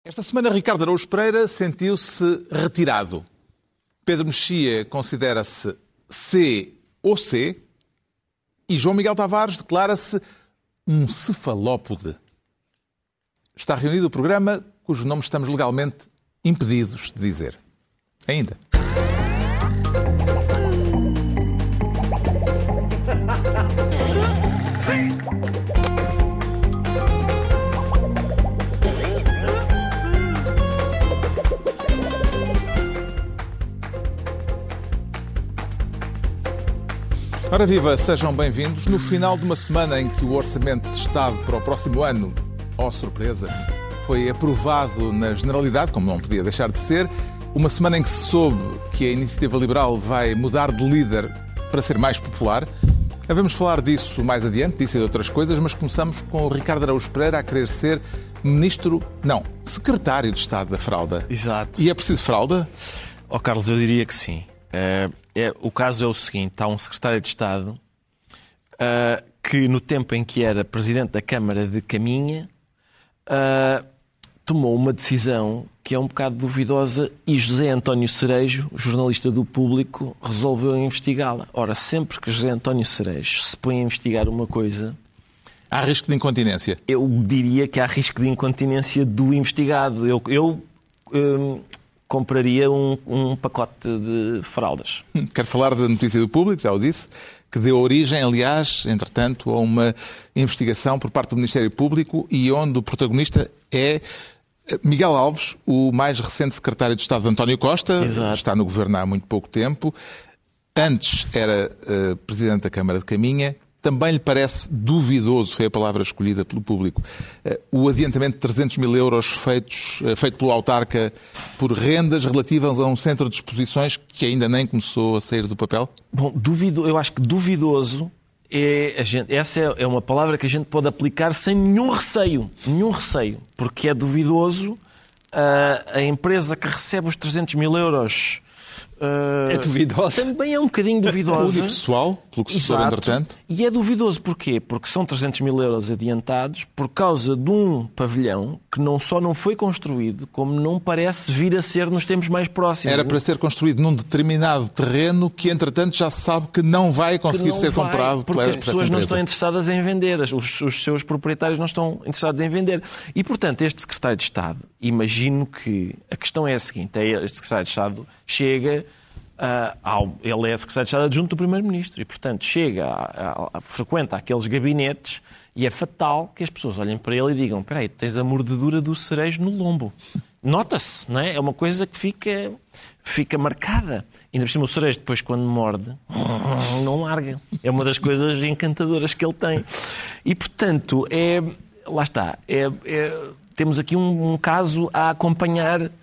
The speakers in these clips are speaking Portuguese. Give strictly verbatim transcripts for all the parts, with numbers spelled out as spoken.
Esta semana, Ricardo Araújo Pereira sentiu-se retirado. Pedro Mexia considera-se C ou C e João Miguel Tavares declara-se um cefalópode. Está reunido o programa cujo nome estamos legalmente impedidos de dizer. Ainda. Ora viva, sejam bem-vindos. No final de uma semana em que o Orçamento de Estado para o próximo ano, oh surpresa, foi aprovado na Generalidade, como não podia deixar de ser, uma semana em que se soube que a Iniciativa Liberal vai mudar de líder para ser mais popular. Vamos falar disso mais adiante, disso e de outras coisas, mas começamos com o Ricardo Araújo Pereira a querer ser Ministro, não, Secretário de Estado da Fralda. Exato. E é preciso fralda? Oh, Carlos, eu diria que sim. Uh, é, o caso é o seguinte, há um secretário de Estado uh, que no tempo em que era Presidente da Câmara de Caminha uh, tomou uma decisão que é um bocado duvidosa e José António Cerejo, jornalista do Público, resolveu investigá-la. Ora, sempre que José António Cerejo se põe a investigar uma coisa... Há risco de incontinência? Eu diria que há risco de incontinência do investigado. Eu... eu um, compraria um, um pacote de fraldas. Quero falar da notícia do Público, já o disse, que deu origem, aliás, entretanto, a uma investigação por parte do Ministério Público e onde o protagonista é Miguel Alves, o mais recente secretário de Estado de António Costa. Exato. Está no governo há muito pouco tempo. Antes era uh, Presidente da Câmara de Caminha. Também lhe parece duvidoso, foi a palavra escolhida pelo Público, o adiantamento de trezentos mil euros feitos, feito pelo autarca por rendas relativas a um centro de exposições que ainda nem começou a sair do papel? Bom, duvido, eu acho que duvidoso é a gente, essa é uma palavra que a gente pode aplicar sem nenhum receio, nenhum receio, porque é duvidoso a, a empresa que recebe os trezentos mil euros. Uh, é duvidosa. Também é um bocadinho duvidosa. É pessoal, pelo que se soube, entretanto. E é duvidoso porquê? Porque são trezentos mil euros adiantados por causa de um pavilhão que não só não foi construído, como não parece vir a ser nos tempos mais próximos. Era para ser construído num determinado terreno que, entretanto, já se sabe que não vai conseguir não ser vai, comprado porque pela, as pessoas não estão interessadas em vender, os, os seus proprietários não estão interessados em vender. E, portanto, este secretário de Estado, imagino que a questão é a seguinte, é este secretário de Estado chega... Uh, ao, ele é secretário de Estado adjunto do Primeiro-Ministro e, portanto, chega, a, a, a, frequenta aqueles gabinetes e é fatal que as pessoas olhem para ele e digam: espera aí, tu tens a mordedura do cerejo no lombo. Nota-se, não é? É uma coisa que fica, fica marcada. Ainda por cima, o cerejo, depois, quando morde, não larga. É uma das coisas encantadoras que ele tem. E, portanto, é, lá está. É, é, temos aqui um, um caso a acompanhar uh,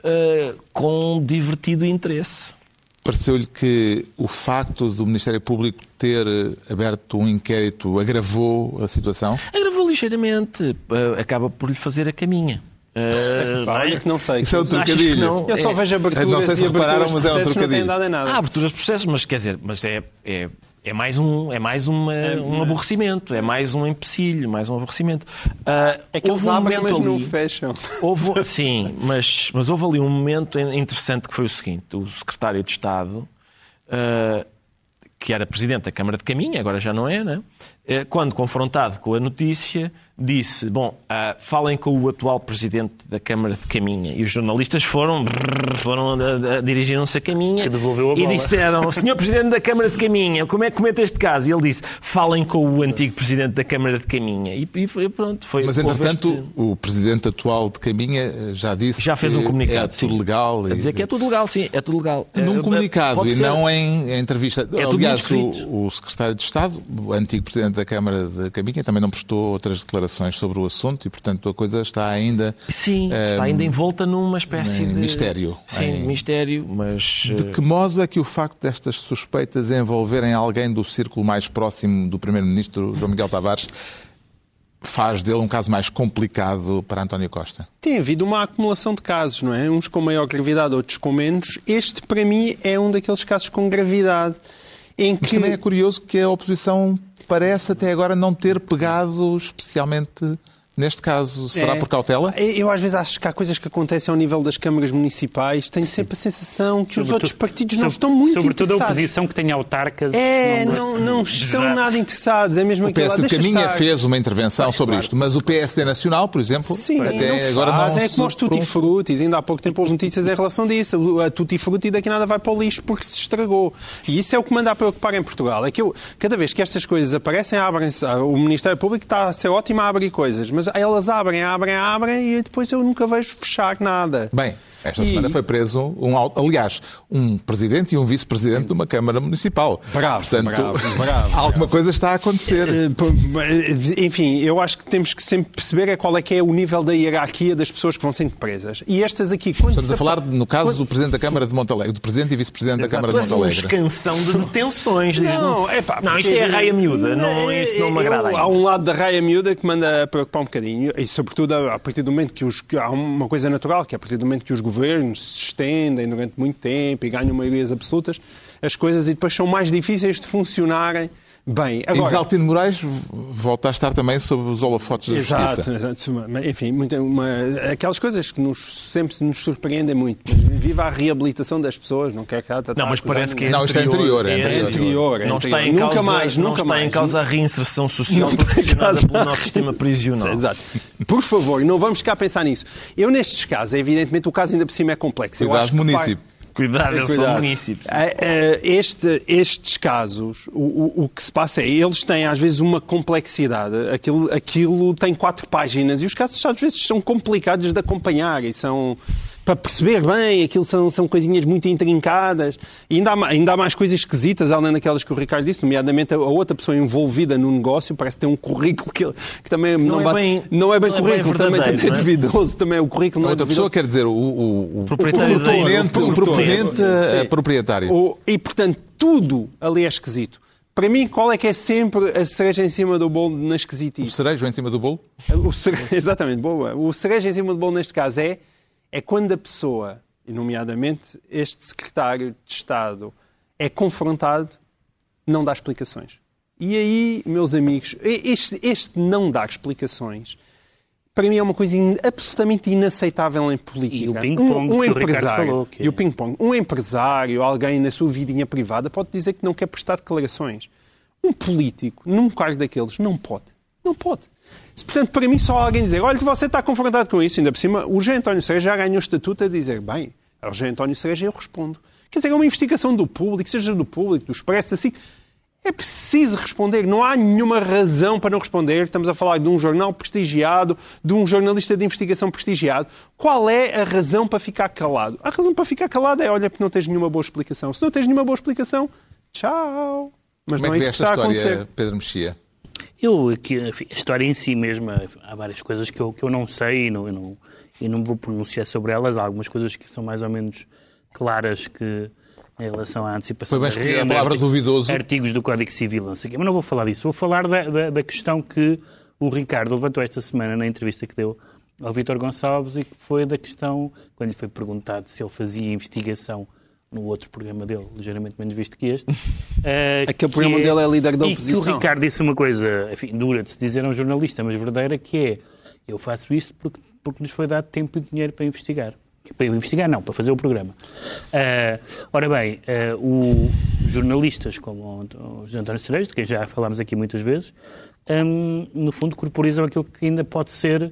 com divertido interesse. Pareceu-lhe que o facto do Ministério Público ter aberto um inquérito agravou a situação? Agravou ligeiramente. Acaba por lhe fazer a caminha. Uh, Olha que não sei. Isso é um trocadilho. Não, eu só vejo aberturas não sei se e repararam, aberturas mas de é um processos não trocadilho. têm dado em nada. Há aberturas de processos, mas quer dizer, mas é, é, é mais, um, é mais uma, um aborrecimento, é mais um empecilho, mais um aborrecimento. Uh, é que eles um abrem, mas ali, não fecham. Houve, sim, mas, mas houve ali um momento interessante que foi o seguinte: o secretário de Estado, uh, que era Presidente da Câmara de Caminha, agora já não é, né? Quando confrontado com a notícia, disse: bom, uh, falem com o atual Presidente da Câmara de Caminha. E os jornalistas foram, foram dirigiram-se a Caminha que devolveu a e bola. disseram: senhor Presidente da Câmara de Caminha, como é que comenta este caso? E ele disse: falem com o antigo Presidente da Câmara de Caminha. E, e pronto, foi. Mas, entretanto, este... o Presidente atual de Caminha já disse já fez um comunicado, é tudo sim. legal. A dizer que é tudo legal, sim, é tudo legal. Num comunicado Pode e ser... não em, em entrevista. É Aliás, o, o Secretário de Estado, o antigo Presidente da Câmara de Caminha, também não prestou outras declarações sobre o assunto e, portanto, a coisa está ainda... Sim, um, está ainda envolta numa espécie de... mistério. Sim, em... mistério, mas... De que modo é que o facto destas suspeitas envolverem alguém do círculo mais próximo do Primeiro-Ministro, João Miguel Tavares, faz dele um caso mais complicado para António Costa? Tem havido uma acumulação de casos, não é? Uns com maior gravidade, outros com menos. Este, para mim, é um daqueles casos com gravidade em que... Mas também é curioso que a oposição parece até agora não ter pegado especialmente Neste caso, será É. por cautela? Eu às vezes acho que há coisas que acontecem ao nível das câmaras municipais, tenho sempre a sensação que os outros partidos não sobre- estão muito Sobretudo interessados. a oposição que tem autarcas. É, não, não estão Exato. nada interessados. É mesmo O P aquilo lá, S de deixa Caminha estar. fez uma intervenção Pois, sobre claro. isto, mas o P S D Nacional, por exemplo, Sim, até não agora faz. não É como os se Tutti pronunci- Frutis. Ainda há pouco tempo houve notícias em relação disso. A Tutti Frutti daqui nada vai para o lixo porque se estragou. E isso é o que me anda a preocupar em Portugal. É que eu, cada vez que estas coisas aparecem, abrem-se. O Ministério Público está a ser ótimo a abrir coisas, mas elas abrem, abrem, abrem e depois eu nunca vejo fechar nada. Bem, esta E- semana foi preso, um, aliás, um presidente e um vice-presidente de uma Câmara Municipal. Bravo, Portanto, bravo, bravo, alguma coisa está a acontecer. Eh, pô, eh, Enfim, eu acho que temos que sempre perceber é qual é que é o nível da hierarquia das pessoas que vão sendo presas. E estas aqui, quando Estamos se a falar, no caso quando- do Presidente da Câmara de Montalegre, do Presidente e Vice-Presidente da Câmara de Tu és um Montalegre. escansão de detenções. Diz, Não, é pá, não, isto porque- é a raia miúda. Não, isto não me agrada Eu- ainda. Há um lado da raia miúda que manda a preocupar um bocadinho, e sobretudo a a partir do momento que os. Que há uma coisa natural, que é a partir do momento que os governos se estendem durante muito tempo e ganham maiorias absolutas, as coisas e depois são mais difíceis de funcionarem bem. Agora, Exaltino Moraes volta a estar também sob os holofotes da Exato, Justiça. exato. Enfim, muita, uma, aquelas coisas que nos, sempre nos surpreendem muito. Mas viva a reabilitação das pessoas, não quer cá. Não, mas parece que é Não, isto é anterior, é É anterior, é Não anterior. está em Nunca causa, mais, não nunca está em mais. causa a reinserção social Não está em proporcionada causa. pelo nosso sistema prisional. Exato. Por favor, não vamos cá pensar nisso. Eu, nestes casos, evidentemente, o caso ainda por cima é complexo. Eu Cuidado, acho que município. Cuidado, eu sou Cuidado. município. Eh, eh, Este, estes casos, o, o, o que se passa é, eles têm às vezes uma complexidade. Aquilo, aquilo tem quatro páginas e os casos às vezes são complicados de acompanhar e são... Para perceber bem, aquilo são, são coisinhas muito intrincadas. E ainda há, ma- ainda há mais coisas esquisitas, além daquelas que o Ricardo disse, nomeadamente a, a outra pessoa envolvida no negócio, parece ter um currículo que, ele- que também não, é bate- bem- não é bem não é currículo, bem também, verdadeiro, também é não é? duvidoso, também é o currículo não é Outra pessoa duvidoso. quer dizer o, o, o, Proprietário o da- proponente, o o proponente Sim. eh, proprietário. O- e, portanto, tudo ali é esquisito. Para mim, qual é que é sempre a cereja em cima do bolo na esquisitice? O cerejo em cima do bolo? O cere... Exatamente, boa. O cereja em cima do bolo neste caso é, é quando a pessoa, e nomeadamente este secretário de Estado, é confrontado, não dá explicações. E aí, meus amigos, este, este não dar explicações, para mim é uma coisa in- absolutamente inaceitável em política. E o ping-pong um, um que o Ricardo empresário, falou, que é- E o ping-pong. Um empresário, alguém na sua vidinha privada, pode dizer que não quer prestar declarações. Um político, num cargo daqueles, não pode. Não pode. Se, portanto, para mim, só alguém dizer, olha, você está confrontado com isso, ainda por cima, o José António Cereja já ganhou o estatuto a dizer, bem, ao José António Cereja eu respondo. Quer dizer, é uma investigação do público, seja do público, do Expresso, assim, é preciso responder. Não há nenhuma razão para não responder. Estamos a falar de um jornal prestigiado, de um jornalista de investigação prestigiado. Qual é a razão para ficar calado? A razão para ficar calado é, olha, porque não tens nenhuma boa explicação. Se não tens nenhuma boa explicação, tchau. Mas Como não é é que vê isso que esta está a história, acontecer. Pedro Mexia? Eu, aqui, enfim, a história em si mesma, há várias coisas que eu, que eu não sei e não, e, não, e não me vou pronunciar sobre elas. Há algumas coisas que são mais ou menos claras que, em relação à antecipação Foi bem da escolhida a renda, palavra artigo- duvidoso. artigos do Código Civil, não sei o quê. Mas não vou falar disso. Vou falar da, da, da questão que o Ricardo levantou esta semana na entrevista que deu ao Vítor Gonçalves e que foi da questão, quando lhe foi perguntado se ele fazia investigação no outro programa dele, ligeiramente menos visto que este. eh, Aquele que programa dele é líder da E que oposição. o Ricardo disse uma coisa, enfim, dura de se dizer a um jornalista, mas verdadeira, que é, eu faço isto porque, porque nos foi dado tempo e dinheiro para investigar. Para investigar, não, para fazer o programa. Uh, ora bem, uh, o, jornalistas como o José António Cerejo, de quem já falámos aqui muitas vezes, um, no fundo corporizam aquilo que ainda pode ser,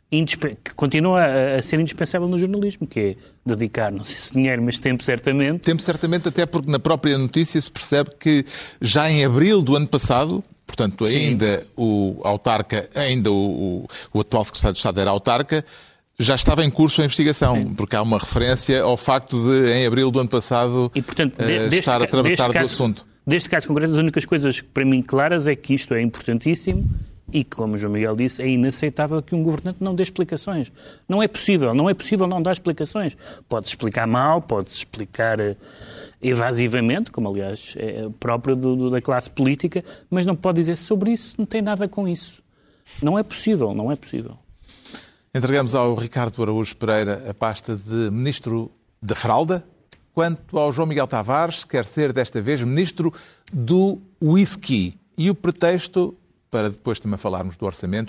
que continua a, a ser indispensável no jornalismo, que é dedicar, não sei se dinheiro, mas tempo certamente. Tempo certamente, até porque na própria notícia se percebe que já em abril do ano passado, portanto ainda Sim. o autarca, ainda o, o, o atual secretário de Estado era autarca, já estava em curso a investigação, Sim. porque há uma referência ao facto de, em abril do ano passado, e, portanto, de, uh, deste, estar a tratar do caso, assunto. Deste caso concreto, as únicas coisas para mim claras é que isto é importantíssimo e que, como o João Miguel disse, é inaceitável que um governante não dê explicações. Não é possível, não é possível não dar explicações. Pode-se explicar mal, pode-se explicar uh, evasivamente, como aliás é próprio do, do, da classe política, mas não pode dizer sobre isso, não tem nada com isso. Não é possível, não é possível. Entregamos ao Ricardo Araújo Pereira a pasta de Ministro da Fralda. Quanto ao João Miguel Tavares, quer ser desta vez Ministro do Whisky. E o pretexto, para depois também falarmos do orçamento,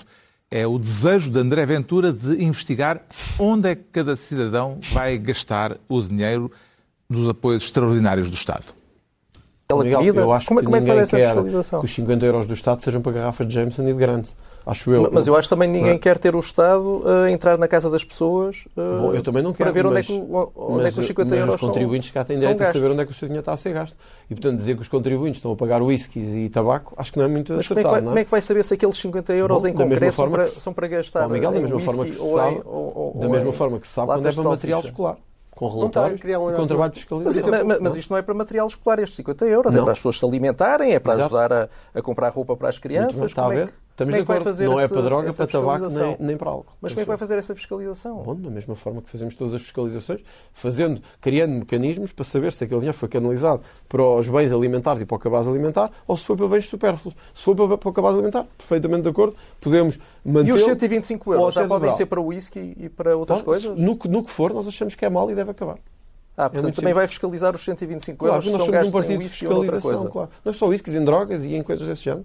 é o desejo de André Ventura de investigar onde é que cada cidadão vai gastar o dinheiro dos apoios extraordinários do Estado. Miguel, eu acho como, que como é que ninguém faz essa quer fiscalização? que os cinquenta euros do Estado sejam para garrafas de Jameson e de Grant. Acho eu. Mas eu acho que também ninguém quer ter o Estado a entrar na casa das pessoas uh, Bom, eu também não quero, para ver onde, mas, é, que, onde mas, é que os cinquenta mas euros os contribuintes são, cá têm direito a gastos. saber onde é que o seu dinheiro está a ser gasto. E, portanto, dizer que os contribuintes estão a pagar whiskies e tabaco, acho que não é muito mas acertado. Como é, que vai, não é? como é que vai saber se aqueles cinquenta euros Bom, em concreto são para, que, são para gastar? Bom, Miguel, da em mesma forma que se ou sabe, em, ou, ou, da mesma forma que se sabe quando é para material escolar. Com relatórios e com trabalho de fiscalização. Mas, mas, mas isto não é para material escolar, estes cinquenta euros. Não. É para as pessoas se alimentarem, é para Exato. ajudar a, a comprar roupa para as crianças. Está a ver? É, Estamos de acordo. Não é para droga, para tabaco, nem, nem para álcool. Mas como é que vai fazer essa fiscalização? Bom, da mesma forma que fazemos todas as fiscalizações, fazendo, criando mecanismos para saber se aquele dinheiro foi canalizado para os bens alimentares e para o cabaz alimentar ou se foi para bens supérfluos. Se foi para, para o cabaz alimentar, perfeitamente de acordo, podemos manter. E os cento e vinte e cinco euros já podem ser para o whisky e para outras Bom, coisas? No, no que for, nós achamos que é mal e deve acabar. Ah, portanto, é também simples. vai fiscalizar os cento e vinte e cinco claro, euros que nós são somos um gastos partido em de whisky ou outra fiscalização, coisa. claro. Não é só whiskies, em drogas e em coisas desse género.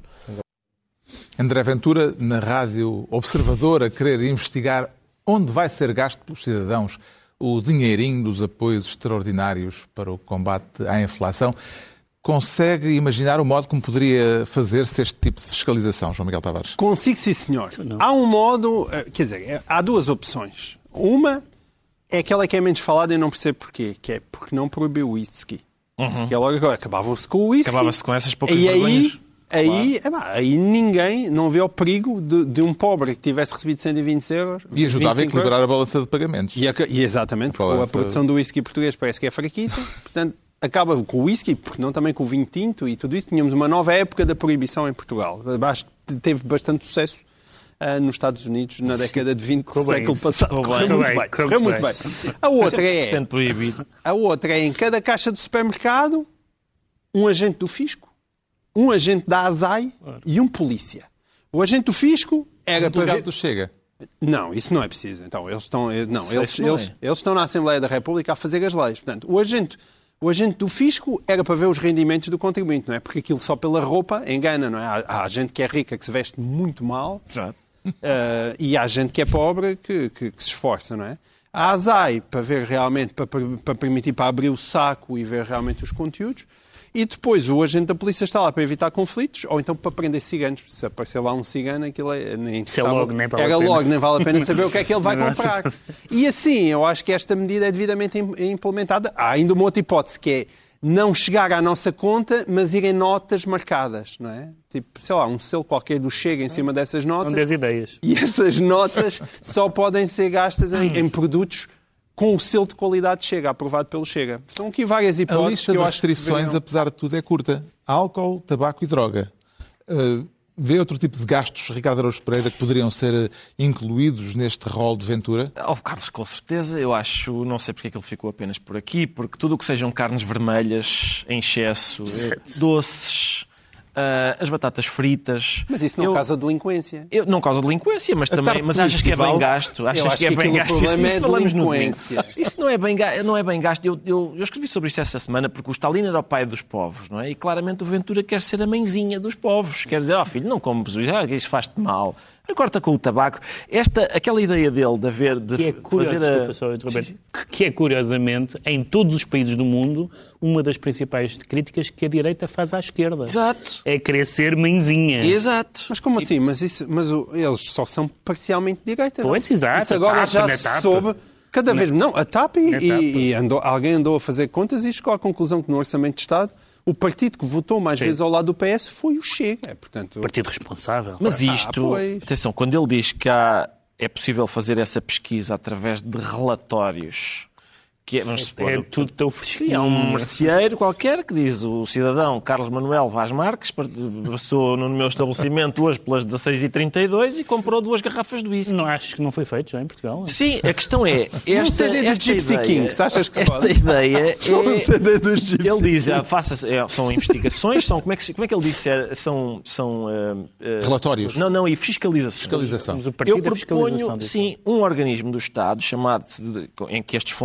André Ventura, na Rádio Observador, a querer investigar onde vai ser gasto pelos cidadãos o dinheirinho dos apoios extraordinários para o combate à inflação. Consegue imaginar o modo como poderia fazer-se este tipo de fiscalização, João Miguel Tavares? Consigo, sim, senhor. Há um modo, quer dizer, há duas opções. Uma é aquela que é menos falada e não percebo porquê, que é porque não proibiu o whisky. Uhum. Que é logo agora, acabava-se com o whisky. Acabava-se com essas poucas e vergonhas. Aí, Aí, claro. é, aí ninguém não vê o perigo de, de um pobre que tivesse recebido cento e vinte euros. E ajudava a equilibrar euros. a balança de pagamentos. E, a, e exatamente, a, balança... a produção do whisky português parece que é fraquita. Portanto, acaba com o whisky, porque não também com o vinho tinto e tudo isso. Tínhamos uma nova época da proibição em Portugal. Teve bastante sucesso uh, nos Estados Unidos na década de vinte do século passado. Correu muito bem. Correu muito bem. A outra é, proibido. a outra é em cada caixa do supermercado um agente do fisco, um agente da ASAI claro. e um polícia. O agente do fisco era um para ver... do Chega. Não, isso não é preciso. Então, eles estão, não, eles, não eles, é. egente estão na Assembleia da República a fazer as leis. Portanto, o agente, o agente do fisco era para ver os rendimentos do contribuinte, não é? Porque aquilo só pela roupa engana, não é? Há, há gente que é rica que se veste muito mal uh, e há gente que é pobre que, que, que se esforça, não é? A ASAI para ver realmente, para, para permitir, para abrir o saco e ver realmente os conteúdos. E depois o agente da polícia está lá para evitar conflitos ou então para prender ciganos. Se aparecer lá um cigano, aquilo é, nem se sabe, logo, nem vale era a pena. logo, nem vale a pena saber o que é que ele vai comprar. E assim, eu acho que esta medida é devidamente implementada. Há ainda uma outra hipótese, que é não chegar à nossa conta, mas ir em notas marcadas, não é? Tipo, sei lá, um selo qualquer do Chega em cima dessas notas. São dez ideias. E essas notas só podem ser gastas em, em produtos com o selo de qualidade Chega, aprovado pelo Chega. São aqui várias hipóteses. A lista que eu de acho que restrições, deveriam... apesar de tudo, é curta. Álcool, tabaco e droga. Uh, vê outro tipo de gastos, Ricardo Araújo Pereira, que poderiam ser incluídos neste rol de Ventura? Oh, Carlos, com certeza. Eu acho, não sei porque é que ele ficou apenas por aqui, porque tudo o que sejam carnes vermelhas em excesso, doces... Uh, as batatas fritas... Mas isso não eu, causa delinquência. Eu, não causa delinquência, mas também... Mas achas que é bem gasto? Achas que, que é que bem gasto? Isso, isso é falamos no domingo. Isso não é bem, não é bem gasto. Eu, eu, eu escrevi sobre isso essa semana porque o Stalin era o pai dos povos, não é? E claramente o Ventura quer ser a mãezinha dos povos. Quer dizer, ó oh, filho, não comes isso, ah, isso faz-te mal. Não corta com o tabaco. Esta, aquela ideia dele de haver... De que, é curioso, fazer a... que é, curiosamente, em todos os países do mundo, uma das principais críticas que a direita faz à esquerda. Exato. É querer ser mãezinha. Exato. Mas como assim? Mas, isso, mas o, eles só são parcialmente de direita. Pois, exato. Isso agora tapa, já se soube... Cada vez... Não, a T A P e, e, e andou, alguém andou a fazer contas e chegou à conclusão que no Orçamento de Estado o partido que votou mais Sim. vezes ao lado do P S foi o Chega. Portanto, partido responsável. Mas isto, ah, atenção, quando ele diz que há, é possível fazer essa pesquisa através de relatórios... Que é, vamos supor, é tudo tão fresquinho. Sim, há um merceeiro qualquer que diz o cidadão Carlos Manuel Vaz Marques passou no meu estabelecimento hoje pelas dezasseis e trinta e dois e comprou duas garrafas de whisky. Não acho que não foi feito já em Portugal. Não? Sim, a questão é... Esta, não esta Gypsy ideia, Kings, achas que se esta pode? ideia é... dos Gypsy ele diz, ah, faça, é, são investigações, são, como, é que, como é que ele disse? É, são... são uh, uh, relatórios. Não, não, e fiscalização. Fiscalização. Eu proponho, sim, um organismo do Estado chamado, de, em que estes funcionários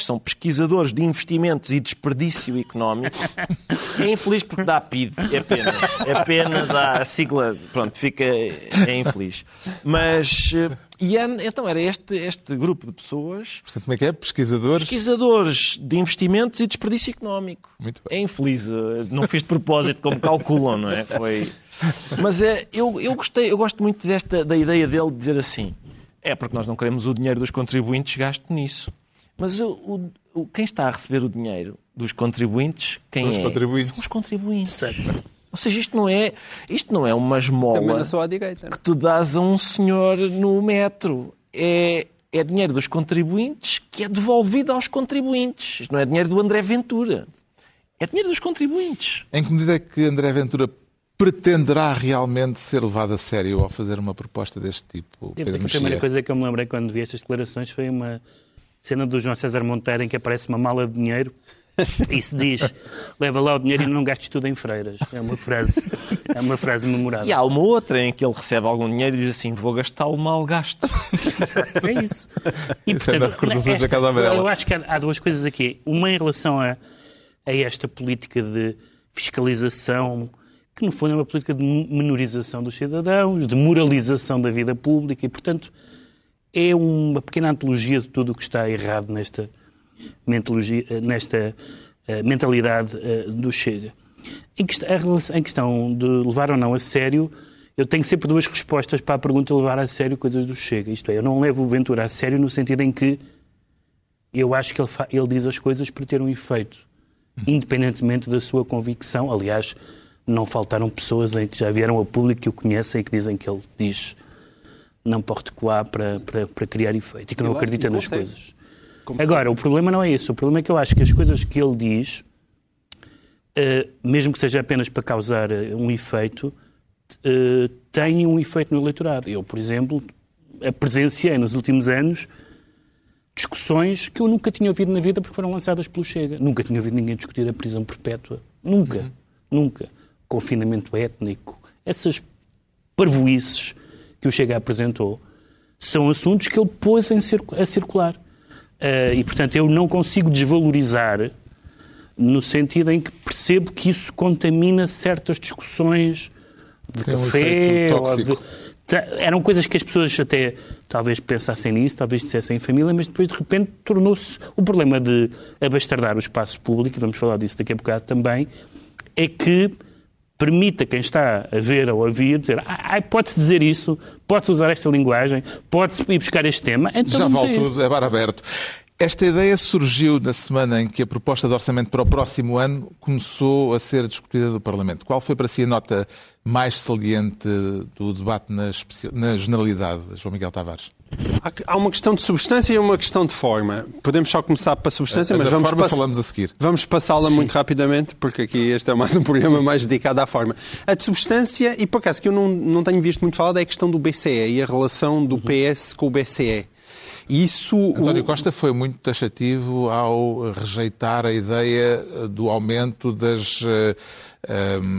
nós, são pesquisadores de investimentos e desperdício económico. É infeliz porque dá P I D, é pena. É pena, dá a sigla, pronto, fica, é infeliz. Mas, e é, então era este, este grupo de pessoas... Portanto, como é que é? Pesquisadores? Pesquisadores de investimentos e desperdício económico. Muito bem. É infeliz, não fiz de propósito como calculam, não é? Foi... Mas é, eu, eu, gostei, eu gosto muito desta, da ideia dele de dizer assim, é porque nós não queremos o dinheiro dos contribuintes gasto nisso. Mas o, o, quem está a receber o dinheiro dos contribuintes, quem São os é? contribuintes. São os contribuintes. Certo. Ou seja, isto não é, isto não é uma esmola Também não sou à direita, que tu dás a um senhor no metro. É, é dinheiro dos contribuintes que é devolvido aos contribuintes. Isto não é dinheiro do André Ventura. É dinheiro dos contribuintes. Em que medida é que André Ventura pretenderá realmente ser levado a sério ao fazer uma proposta deste tipo? Devo dizer que a primeira coisa que eu me lembrei quando vi estas declarações foi uma cena do João César Monteiro em que aparece uma mala de dinheiro e se diz, leva lá o dinheiro e não gastes tudo em freiras. É uma frase, é uma frase memorável. E há uma outra em que ele recebe algum dinheiro e diz assim, vou gastá-lo mal gasto. É isso. E, isso portanto, é recordações da Casa Amarela. Eu acho que há, há duas coisas aqui. Uma em relação a, a esta política de fiscalização, que no fundo é uma política de menorização dos cidadãos, de moralização da vida pública e, portanto, é uma pequena antologia de tudo o que está errado nesta, nesta uh, mentalidade uh, do Chega. Em, quest em questão de levar ou não a sério, eu tenho sempre duas respostas para a pergunta de levar a sério coisas do Chega. Isto é, eu não levo o Ventura a sério no sentido em que eu acho que ele, ele diz as coisas para ter um efeito, independentemente da sua convicção. Aliás, não faltaram pessoas em que já vieram ao público que o conhecem e que dizem que ele diz não pode coar para, para, para criar efeito e que não eu acredita nas coisas. Agora, o problema não é esse. O problema é que eu acho que as coisas que ele diz, uh, mesmo que seja apenas para causar uh, um efeito, uh, têm um efeito no eleitorado. Eu, por exemplo, presenciei nos últimos anos discussões que eu nunca tinha ouvido na vida porque foram lançadas pelo Chega. Nunca tinha ouvido ninguém discutir a prisão perpétua. Nunca. Uhum. Nunca. Confinamento étnico. Essas parvoices que o Chega apresentou são assuntos que ele pôs em circu- a circular. Uh, e, portanto, eu não consigo desvalorizar no sentido em que percebo que isso contamina certas discussões de Tem café. Um ou de... Eram coisas que as pessoas até talvez pensassem nisso, talvez dissessem em família, mas depois, de repente, tornou-se o problema de abastardar o espaço público, e vamos falar disso daqui a bocado também, é que permita quem está a ver ou a ouvir dizer ah, pode-se dizer isso, pode-se usar esta linguagem, pode-se ir buscar este tema. Então já vale tudo, isso. É bar aberto. Esta ideia surgiu na semana em que a proposta de orçamento para o próximo ano começou a ser discutida no Parlamento. Qual foi para si a nota mais saliente do debate na, especi... na generalidade, João Miguel Tavares? Há uma questão de substância e uma questão de forma. Podemos só começar para a substância, a, mas da vamos forma pass... falamos a seguir. Vamos passá-la muito rapidamente, porque aqui este é mais um programa mais dedicado à forma. A de substância, e por acaso que eu não, não tenho visto muito falado, é a questão do B C E e a relação do P S com o B C E. Isso, António o... Costa foi muito taxativo ao rejeitar a ideia do aumento das, uh, um,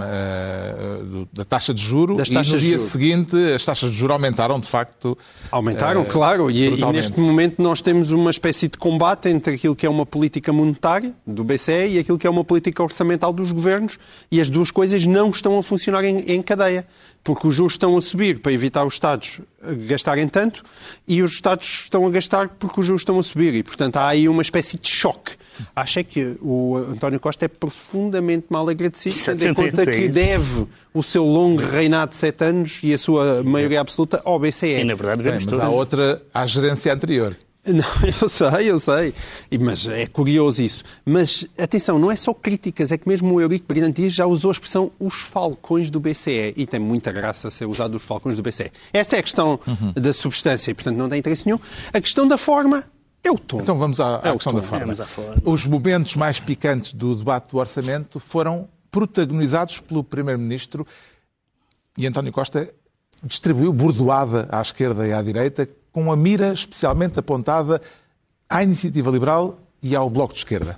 uh, da taxa de juro das e no dia juro. seguinte as taxas de juro aumentaram, de facto. Aumentaram, uh, claro, e, e neste momento nós temos uma espécie de combate entre aquilo que é uma política monetária do B C E e aquilo que é uma política orçamental dos governos, e as duas coisas não estão a funcionar em, em cadeia. Porque os juros estão a subir para evitar os Estados gastarem tanto e os Estados estão a gastar porque os juros estão a subir. E, portanto, há aí uma espécie de choque. Acho é que o António Costa é profundamente mal agradecido, tendo em conta que deve o seu longo reinado de sete anos e a sua maioria absoluta ao B C E. E, na verdade, vemos Bem, mas há outra à gerência anterior. Não, eu sei, eu sei. Mas é curioso isso. Mas, atenção, não é só críticas, é que mesmo o Eurico Brilhante Dias já usou a expressão os falcões do B C E. E tem muita graça ser usado os falcões do B C E. Essa é a questão uhum. da substância e, portanto, não tem interesse nenhum. A questão da forma é o tom. Então vamos à, à é questão tom. da forma. É, forma. Os momentos mais picantes do debate do orçamento foram protagonizados pelo Primeiro-Ministro, e António Costa distribuiu bordoada à esquerda e à direita, com a mira especialmente apontada à Iniciativa Liberal e ao Bloco de Esquerda.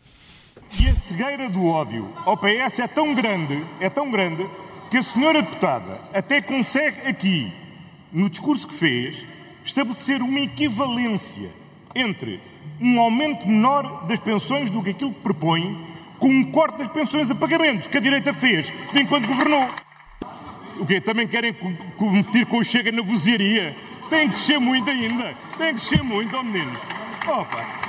E a cegueira do ódio ao P S é tão grande, é tão grande, que a senhora deputada até consegue aqui, no discurso que fez, estabelecer uma equivalência entre um aumento menor das pensões do que aquilo que propõe, com um corte das pensões a pagamentos que a direita fez enquanto governou. O quê? Também querem competir com o Chega na vozeria? Tem que ser muito ainda. Tem que ser muito, ó meninos. Opa!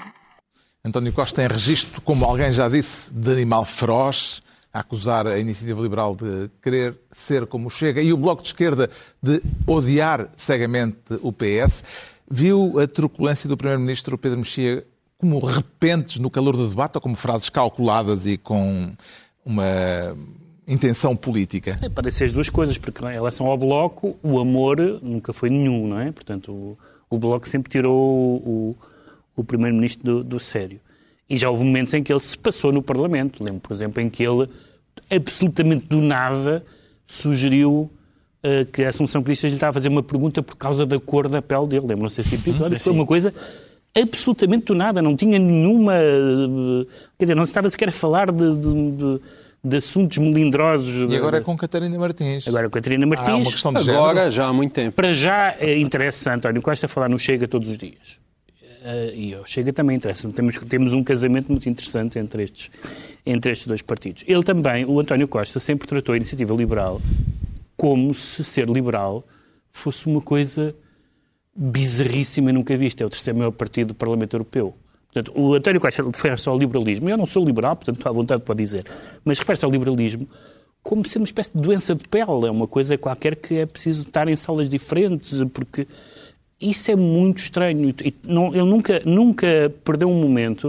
António Costa tem registro, como alguém já disse, de animal feroz, a acusar a Iniciativa Liberal de querer ser como o Chega e o Bloco de Esquerda de odiar cegamente o P S. Viu a truculência do Primeiro-Ministro Pedro Mexia como repentes no calor do debate ou como frases calculadas e com uma intenção política? É, parece ser as duas coisas, porque em relação ao Bloco, o amor nunca foi nenhum, não é? Portanto, o, o Bloco sempre tirou o, o, o Primeiro-Ministro do, do sério. E já houve momentos em que ele se passou no Parlamento. Lembro, por exemplo, em que ele, absolutamente do nada, sugeriu uh, que a Assunção Cristas lhe estava a fazer uma pergunta por causa da cor da pele dele. Lembro, não sei se episódio. Foi uma coisa absolutamente do nada. Não tinha nenhuma... Uh, quer dizer, não se estava sequer a falar de... de, de de assuntos melindrosos. E agora é com Catarina Martins. Agora com Catarina Martins. Há uma questão de agora, género. já há muito tempo. Para já é, interessa António Costa falar no Chega todos os dias. Uh, e ao Chega também interessa. Temos, temos um casamento muito interessante entre estes, entre estes dois partidos. Ele também, o António Costa, sempre tratou a Iniciativa Liberal como se ser liberal fosse uma coisa bizarríssima e nunca vista. É o terceiro maior partido do Parlamento Europeu. Portanto, o António Costa refere-se ao liberalismo. Eu não sou liberal, portanto, à vontade pode dizer. Mas refere-se ao liberalismo como ser uma espécie de doença de pele. É uma coisa qualquer que é preciso estar em salas diferentes, porque isso é muito estranho. E não, ele nunca, nunca perdeu um momento,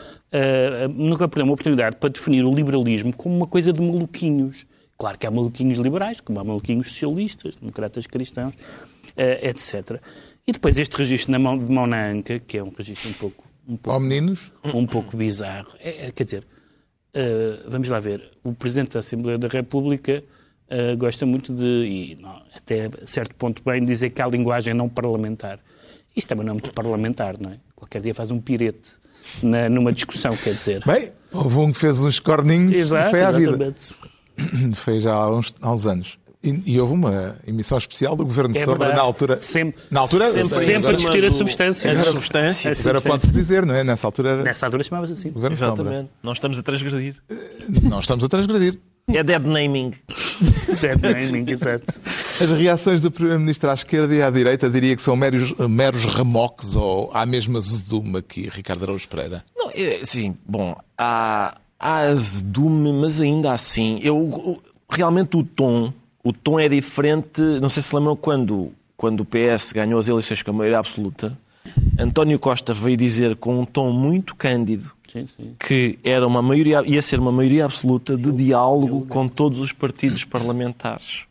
uh, nunca perdeu uma oportunidade para definir o liberalismo como uma coisa de maluquinhos. Claro que há maluquinhos liberais, como há maluquinhos socialistas, democratas cristãos, uh, etcétera. E depois este registro na mão, de mão na anca, que é um registro um pouco Um pouco, oh, meninos. um pouco bizarro. É, quer dizer, uh, vamos lá ver, o Presidente da Assembleia da República uh, gosta muito de, e não, até a certo ponto bem, dizer que há linguagem não parlamentar. Isto também não é muito parlamentar, não é? Qualquer dia faz um pirete na, numa discussão, quer dizer. Bem, houve um que fez uns corninhos Exato, e foi à vida. exatamente. Foi já há uns, há uns anos. E, e houve uma emissão especial do Governo de É Sombra verdade. na altura. Sempre, na altura, sempre, bem, sempre a agora- discutir a substância. A substância. A Agora pode-se dizer, não é? Nessa altura era Nessa altura chamava-se assim. Governo de Sombra. Exatamente. Nós estamos a transgredir. Não estamos a transgredir. É dead naming. Dead naming, exato. As reações do Primeiro-Ministro à esquerda e à direita diria que são meros, meros remoques ou há mesmo azedume aqui, Ricardo Araújo Pereira? Não, é, sim, bom, há, há azedume, mas ainda assim, eu, realmente o tom, o tom é diferente. Não sei se lembram quando, quando o P S ganhou as eleições com a maioria absoluta, António Costa veio dizer com um tom muito cândido Sim, sim. que era uma maioria, ia ser uma maioria absoluta de diálogo com todos os partidos parlamentares.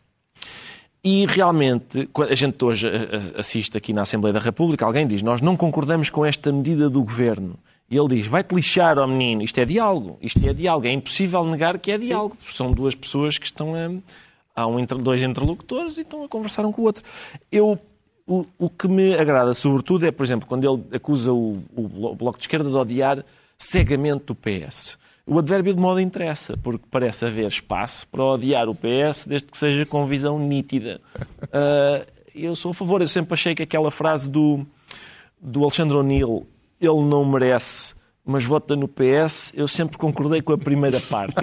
E realmente, a gente hoje assiste aqui na Assembleia da República, alguém diz, nós não concordamos com esta medida do Governo. E ele diz, vai-te lixar, ó menino, isto é diálogo, isto é diálogo. É impossível negar que é diálogo. São duas pessoas que estão a... Há um, dois interlocutores e estão a conversar um com o outro. Eu, o, o que me agrada, sobretudo, é, por exemplo, quando ele acusa o, o Bloco de Esquerda de odiar cegamente o P S. O advérbio de modo interessa, porque parece haver espaço para odiar o P S, desde que seja com visão nítida. Uh, eu sou a favor, eu sempre achei que aquela frase do, do Alexandre O'Neill, ele não merece, mas vota no P S, eu sempre concordei com a primeira parte.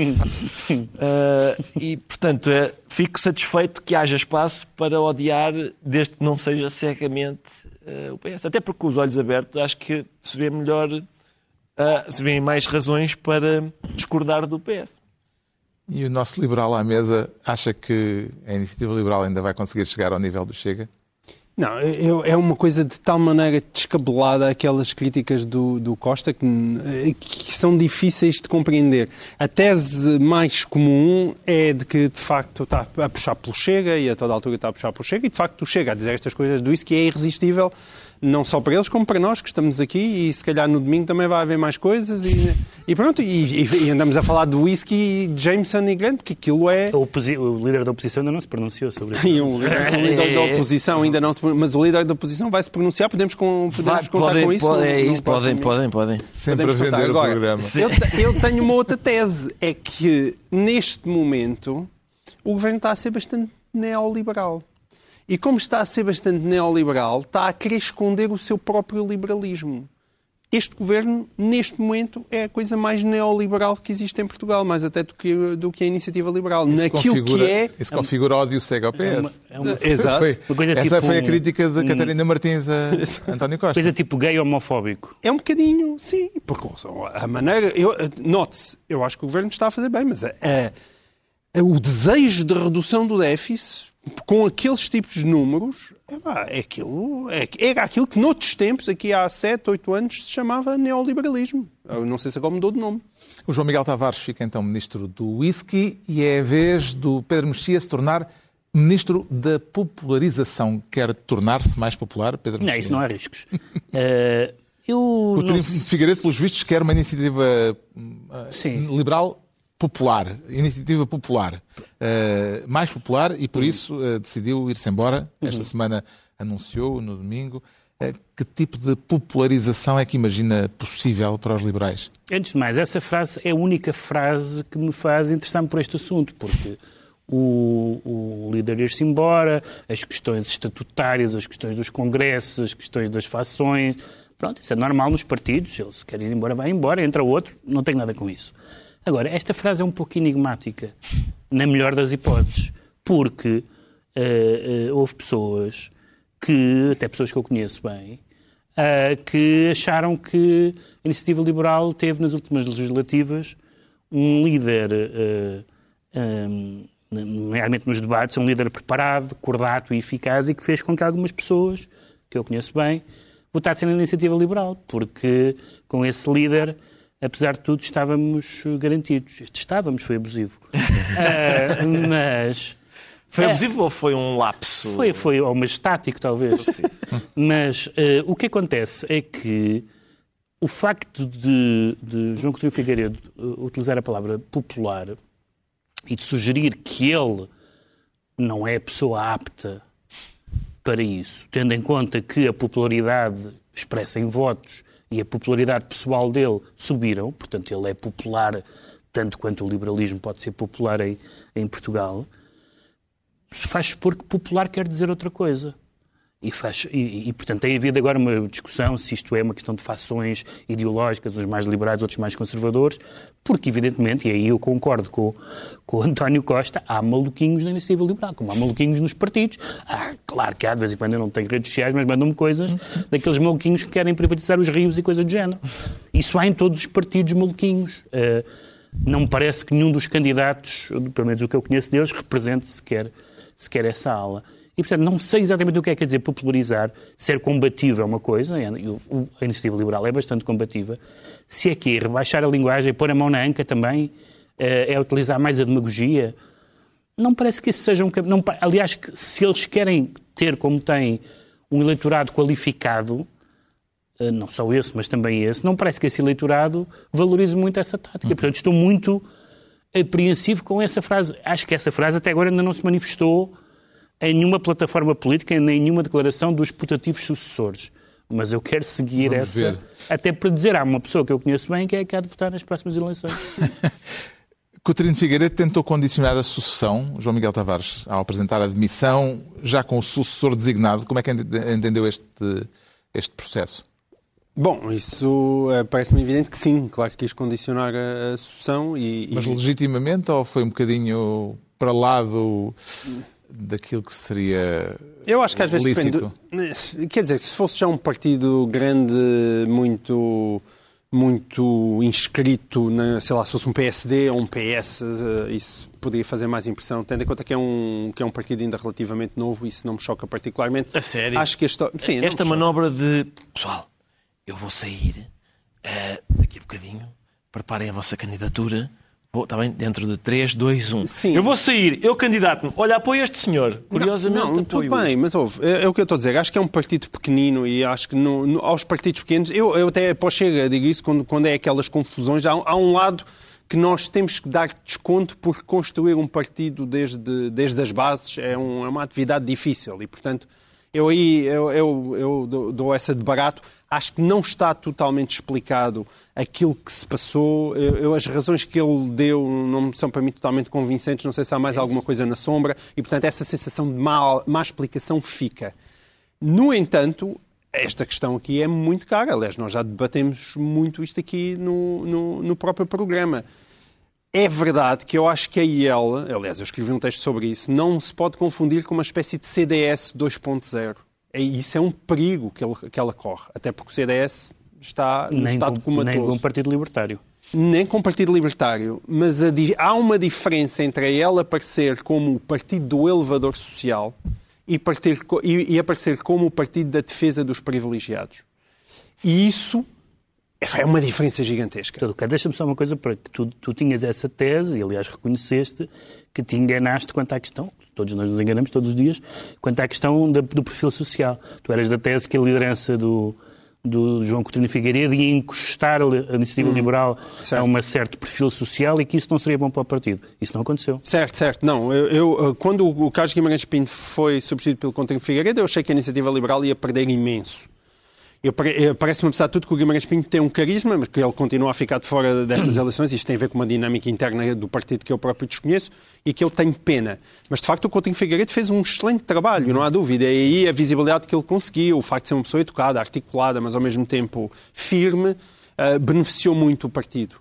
Uh, e, portanto, é, fico satisfeito que haja espaço para odiar, desde que não seja cegamente uh, o P S. Até porque com os olhos abertos acho que se vê melhor... Uh, se vêem mais razões para discordar do P S. E o nosso liberal à mesa acha que a Iniciativa Liberal ainda vai conseguir chegar ao nível do Chega? Não, é uma coisa de tal maneira descabelada, aquelas críticas do, do Costa, que, que são difíceis de compreender. A tese mais comum é de que, de facto, está a puxar pelo Chega, e a toda altura está a puxar pelo Chega, e, de facto, o Chega a dizer estas coisas do isso, que é irresistível, não só para eles, como para nós, que estamos aqui, e se calhar no domingo também vai haver mais coisas, e, e pronto, e, e, e andamos a falar do whisky Jameson e Grande, porque aquilo é... O, o líder da oposição ainda não se pronunciou sobre isso. E o líder, o líder da oposição ainda não se... Mas o líder da oposição vai se pronunciar, podemos, com, podemos vai, contar podem, com isso? Pode, não, é não isso, podem, podem, podem. Sempre a vender Agora, o programa. Eu, eu tenho uma outra tese, é que neste momento o governo está a ser bastante neoliberal. e como está a ser bastante neoliberal, está a querer esconder o seu próprio liberalismo. Este governo, neste momento, é a coisa mais neoliberal que existe em Portugal, mais até do que, do que a iniciativa liberal. Isso Naquilo configura, que é... Isso configura ódio cego ao P S. É uma, é uma, Exato. Foi, uma coisa essa tipo foi a um- crítica de Catarina Martins a António Costa. coisa tipo gay homofóbico. É um bocadinho, sim, porque a maneira... Eu, note-se, eu acho que o governo está a fazer bem, mas a, a, o desejo de redução do déficit, com aqueles tipos de números, é, pá, é, aquilo, é, é aquilo que noutros tempos, aqui há sete, oito anos, se chamava neoliberalismo. Eu não sei se agora mudou de nome. O João Miguel Tavares fica então ministro do whisky e é a vez do Pedro Mexia se tornar ministro da popularização. Quer tornar-se mais popular, Pedro Mexia? Não, isso não há riscos. uh, eu O não Trino sei- Figueiredo, pelos vistos, quer uma iniciativa uh, Sim. liberal popular, iniciativa popular, uh, mais popular, e por isso uh, decidiu ir-se embora. Esta semana anunciou, no domingo. Uh, que tipo de popularização é que imagina possível para os liberais? Antes de mais, essa frase é a única frase que me faz interessar-me por este assunto, porque o, o líder ir-se embora, as questões estatutárias, as questões dos congressos, as questões das fações, pronto, isso é normal nos partidos, ele se quer ir embora, vai embora, entra outro, não tem nada com isso. Agora, esta frase é um pouco enigmática, na melhor das hipóteses, porque uh, uh, houve pessoas que, até pessoas que eu conheço bem, uh, que acharam que a Iniciativa Liberal teve nas últimas legislativas um líder, uh, um, nomeadamente nos debates, um líder preparado, cordato e eficaz e que fez com que algumas pessoas, que eu conheço bem, votassem na Iniciativa Liberal, porque com esse líder, apesar de tudo, estávamos garantidos. Este estávamos, foi abusivo. uh, mas... Foi É. abusivo ou foi um lapso? Foi, foi ou estático, talvez. Mas uh, o que acontece é que o facto de, de João Coutinho Figueiredo uh, utilizar a palavra popular e de sugerir que ele não é a pessoa apta para isso, tendo em conta que a popularidade expressa em votos e a popularidade pessoal dele subiram, portanto ele é popular tanto quanto o liberalismo pode ser popular em, em Portugal, faz supor que popular quer dizer outra coisa. E, faz, e, e, portanto, tem havido agora uma discussão se isto é uma questão de fações ideológicas, uns mais liberais, outros mais conservadores, porque, evidentemente, e aí eu concordo com, com o António Costa, há maluquinhos na Iniciativa Liberal, como há maluquinhos nos partidos. Ah, claro que há, de vez em quando eu não tenho redes sociais, mas mandam-me coisas daqueles maluquinhos que querem privatizar os rios e coisas do género. Isso há em todos os partidos maluquinhos. Uh, não me parece que nenhum dos candidatos, pelo menos o que eu conheço deles, represente sequer, sequer essa ala. E, portanto, não sei exatamente o que é que quer dizer popularizar. Ser combativo é uma coisa, e a Iniciativa Liberal é bastante combativa. Se é que é rebaixar a linguagem, pôr a mão na anca também, é utilizar mais a demagogia. Não parece que isso seja um... Não, aliás, que se eles querem ter, como têm, um eleitorado qualificado, não só esse, mas também esse, não parece que esse eleitorado valorize muito essa tática. Uhum. Portanto, estou muito apreensivo com essa frase. Acho que essa frase até agora ainda não se manifestou em nenhuma plataforma política, em nenhuma declaração dos putativos sucessores. Mas eu quero seguir Vamos essa... ver. Até para dizer, há uma pessoa que eu conheço bem que é que há de votar nas próximas eleições. Coutinho Figueiredo tentou condicionar a sucessão, João Miguel Tavares, ao apresentar a demissão, já com o sucessor designado. Como é que entendeu este, este processo? Bom, isso é, parece-me evidente que sim. Claro que quis condicionar a, a sucessão e... Mas e... legitimamente ou foi um bocadinho para lá do... daquilo que seria Eu acho que às vezes lícito? depende. Quer dizer, se fosse já um partido grande, muito, muito inscrito, na, sei lá, se fosse um P S D ou um P S, isso poderia fazer mais impressão. Tendo em conta que é um, que é um partido ainda relativamente novo, isso não me choca particularmente. A sério? Acho que esta, sim, Esta não me choca. manobra de... Pessoal, eu vou sair uh, daqui a bocadinho, preparem a vossa candidatura. Oh, está bem? Dentro de três, dois, um. Sim. Eu vou sair, eu candidato-me. Olha, apoio este senhor. Curiosamente, não, não, apoio tudo bem, este. mas ouve, é, é o que eu estou a dizer. Acho que é um partido pequenino e acho que no, no, aos partidos pequenos, eu, eu até para o Chega digo isso quando, quando é aquelas confusões, há, há um lado que nós temos que dar desconto porque construir um partido desde, desde as bases é, um, é uma atividade difícil e, portanto, Eu aí eu, eu, eu dou, dou essa de barato. Acho que não está totalmente explicado aquilo que se passou. Eu, eu, as razões que ele deu não são para mim totalmente convincentes. Não sei se há mais alguma coisa na sombra. E, portanto, essa sensação de má, má explicação fica. No entanto, esta questão aqui é muito cara. Aliás, nós já debatemos muito isto aqui no, no, no próprio programa. É verdade que eu acho que a I E L, aliás, eu escrevi um texto sobre isso, não se pode confundir com uma espécie de C D S dois ponto zero. Isso é um perigo que, ele, que ela corre, até porque o C D S está no nem estado com, comatoso. Nem com o Partido Libertário. Nem com o Partido Libertário, mas a, há uma diferença entre ela aparecer como o partido do elevador social e, partir, e, e aparecer como o partido da defesa dos privilegiados. E isso... é uma diferença gigantesca. Deixa-me só uma coisa, para que tu, tu tinhas essa tese, e aliás reconheceste, que te enganaste quanto à questão, todos nós nos enganamos todos os dias, quanto à questão da, do perfil social. Tu eras da tese que a liderança do, do João Coutinho Figueiredo ia encostar a iniciativa hum, liberal certo. a um certo perfil social e que isso não seria bom para o partido. Isso não aconteceu. Certo, certo. Não, eu, eu, quando o Carlos Guimarães Pinto foi substituído pelo Coutinho Figueiredo, eu achei que a iniciativa liberal ia perder imenso. Eu, parece-me, apesar de tudo, que o Guimarães Pinto tem um carisma, mas que ele continua a ficar de fora destas eleições. Isto tem a ver com uma dinâmica interna do partido que eu próprio desconheço e que eu tenho pena. Mas, de facto, o Coutinho Figueiredo fez um excelente trabalho, não há dúvida. E aí a visibilidade que ele conseguiu, o facto de ser uma pessoa educada, articulada, mas ao mesmo tempo firme, uh, beneficiou muito o partido.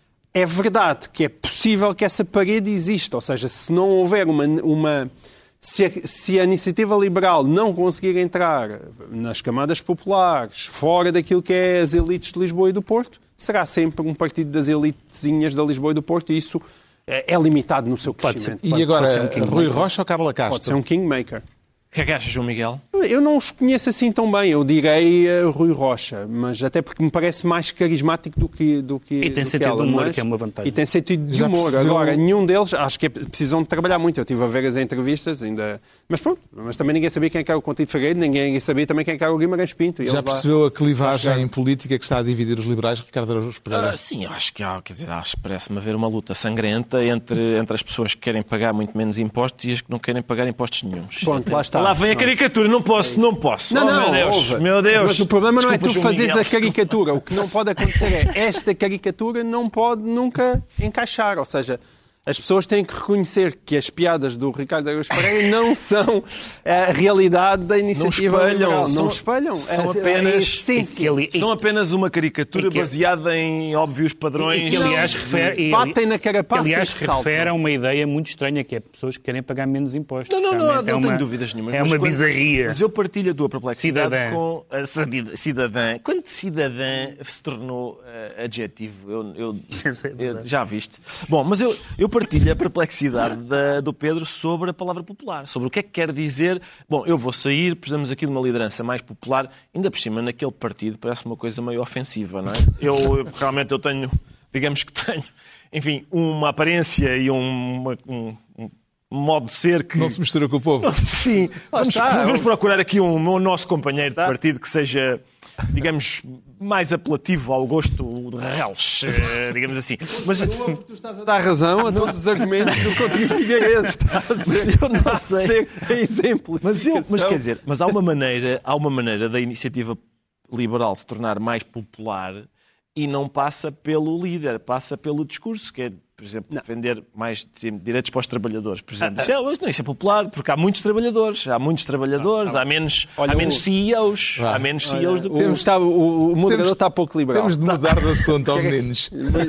É verdade que é possível que essa parede exista, ou seja, se não houver uma... uma Se a, se a iniciativa liberal não conseguir entrar nas camadas populares, fora daquilo que é as elites de Lisboa e do Porto, será sempre um partido das elitezinhas da Lisboa e do Porto e isso é, é limitado no seu crescimento. E agora, um Rui Rocha ou Carla Castro? Pode ser um kingmaker. O que é que achas, João Miguel? Eu não os conheço assim tão bem. Eu direi uh, Rui Rocha, mas até porque me parece mais carismático do que, do que E tem do sentido que ela, de humor, mas... que é uma vantagem. E tem sentido de Já humor. percebeu... Agora, nenhum deles, acho que é, precisam de trabalhar muito. Eu estive a ver as entrevistas, ainda... Mas pronto, mas também ninguém sabia quem é que era o Coutinho Figueiredo, ninguém sabia também quem é que era o Guimarães Pinto. Já percebeu lá... a clivagem política que está a dividir os liberais, Ricardo Araújo Pereira? Ah, sim, eu acho que há, quer dizer, acho, parece-me haver uma luta sangrenta entre, entre as pessoas que querem pagar muito menos impostos e as que não querem pagar impostos nenhuns. Pronto, lá está. Lá vem a caricatura, não posso, não posso. Não, oh, não, meu Deus, ouve. meu Deus. Mas o problema não Desculpa, é tu João fazeres Miguel. a caricatura. O que não pode acontecer é esta caricatura não pode nunca encaixar. Ou seja, as pessoas têm que reconhecer que as piadas do Ricardo Araújo Pereira não são a realidade da iniciativa Não espelham, liberal. são- Não espelham. são É- apenas- é a essência. É que ele- São apenas uma caricatura É que- baseada em óbvios padrões. E que, aliás, refere, e- Batem na carapaça que, aliás, e ressaltam. refere a uma ideia muito estranha, que é pessoas que querem pagar menos impostos. Não, não, não, Realmente não é tenho uma- dúvidas nenhumas. É mas uma quando- bizarria. Mas eu partilho a tua perplexidade Cidadã. com a cidadã- cidadã. Quando cidadã se tornou uh, adjetivo, eu, eu- eu- já viste. Bom, mas eu, eu partilho a perplexidade da- do Pedro sobre a palavra popular, sobre o que é que quer dizer. Bom, eu vou sair, precisamos aqui de uma liderança mais popular, ainda por cima naquele partido parece uma coisa meio ofensiva, não é? Eu, eu realmente eu tenho, digamos que tenho, enfim, uma aparência e uma- um, um modo de ser que... Não se mistura com o povo. Sim, vamos, está. vamos procurar aqui um, um nosso companheiro de partido que seja, digamos, mais apelativo ao gosto de reles, eh, digamos assim. Mas Tu estás a dar razão a todos os argumentos do Coutinho Figueiredo. Estás a dizer, eu não sei. exemplo. Mas, eu, mas quer dizer, mas há uma maneira, há uma maneira da iniciativa liberal se tornar mais popular e não passa pelo líder, passa pelo discurso, que é, por exemplo, defender mais direitos para os trabalhadores. Por exemplo, isso é, não, isso é popular, porque há muitos trabalhadores, há muitos trabalhadores, há menos, Olha, há menos o- C E Os, há menos C E Os do que... O, está, o, o moderador Temos- está pouco liberal. Temos de mudar de assunto, ó meninos.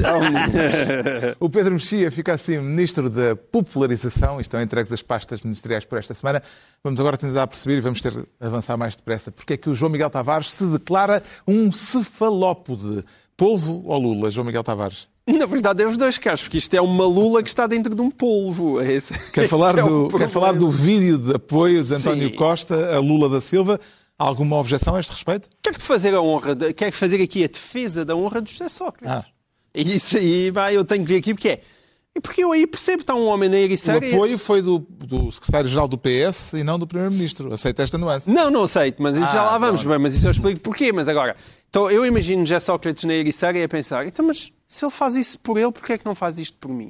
Ah, O Pedro Mexia fica assim Ministro da Popularização e estão entregues as pastas ministeriais por esta semana. Vamos agora tentar perceber e vamos ter de avançar mais depressa. Porque é que o João Miguel Tavares se declara um cefalópode? Polvo ou Lula, João Miguel Tavares? Na verdade é os dois casos, porque isto é uma lula que está dentro de um polvo. É esse, Quer esse falar, é o do, quer problema. falar do vídeo de apoio de António Sim. Costa a Lula da Silva? Há alguma objeção a este respeito? Quero fazer a honra, de, quero fazer aqui a defesa da honra de José Sócrates. Ah. E isso aí, vai, eu tenho que vir aqui porque é. E porque eu aí percebo que está um homem na O Ericeira... apoio foi do, do secretário-geral do P S e não do primeiro-ministro. Aceita esta nuance? Não, não aceito, mas isso Ah, já lá vamos. pronto. Bem, mas isso eu explico porquê. Mas agora, então, eu imagino José Sócrates na Ericeira e a pensar, então, mas se ele faz isso por ele, porquê é que não faz isto por mim?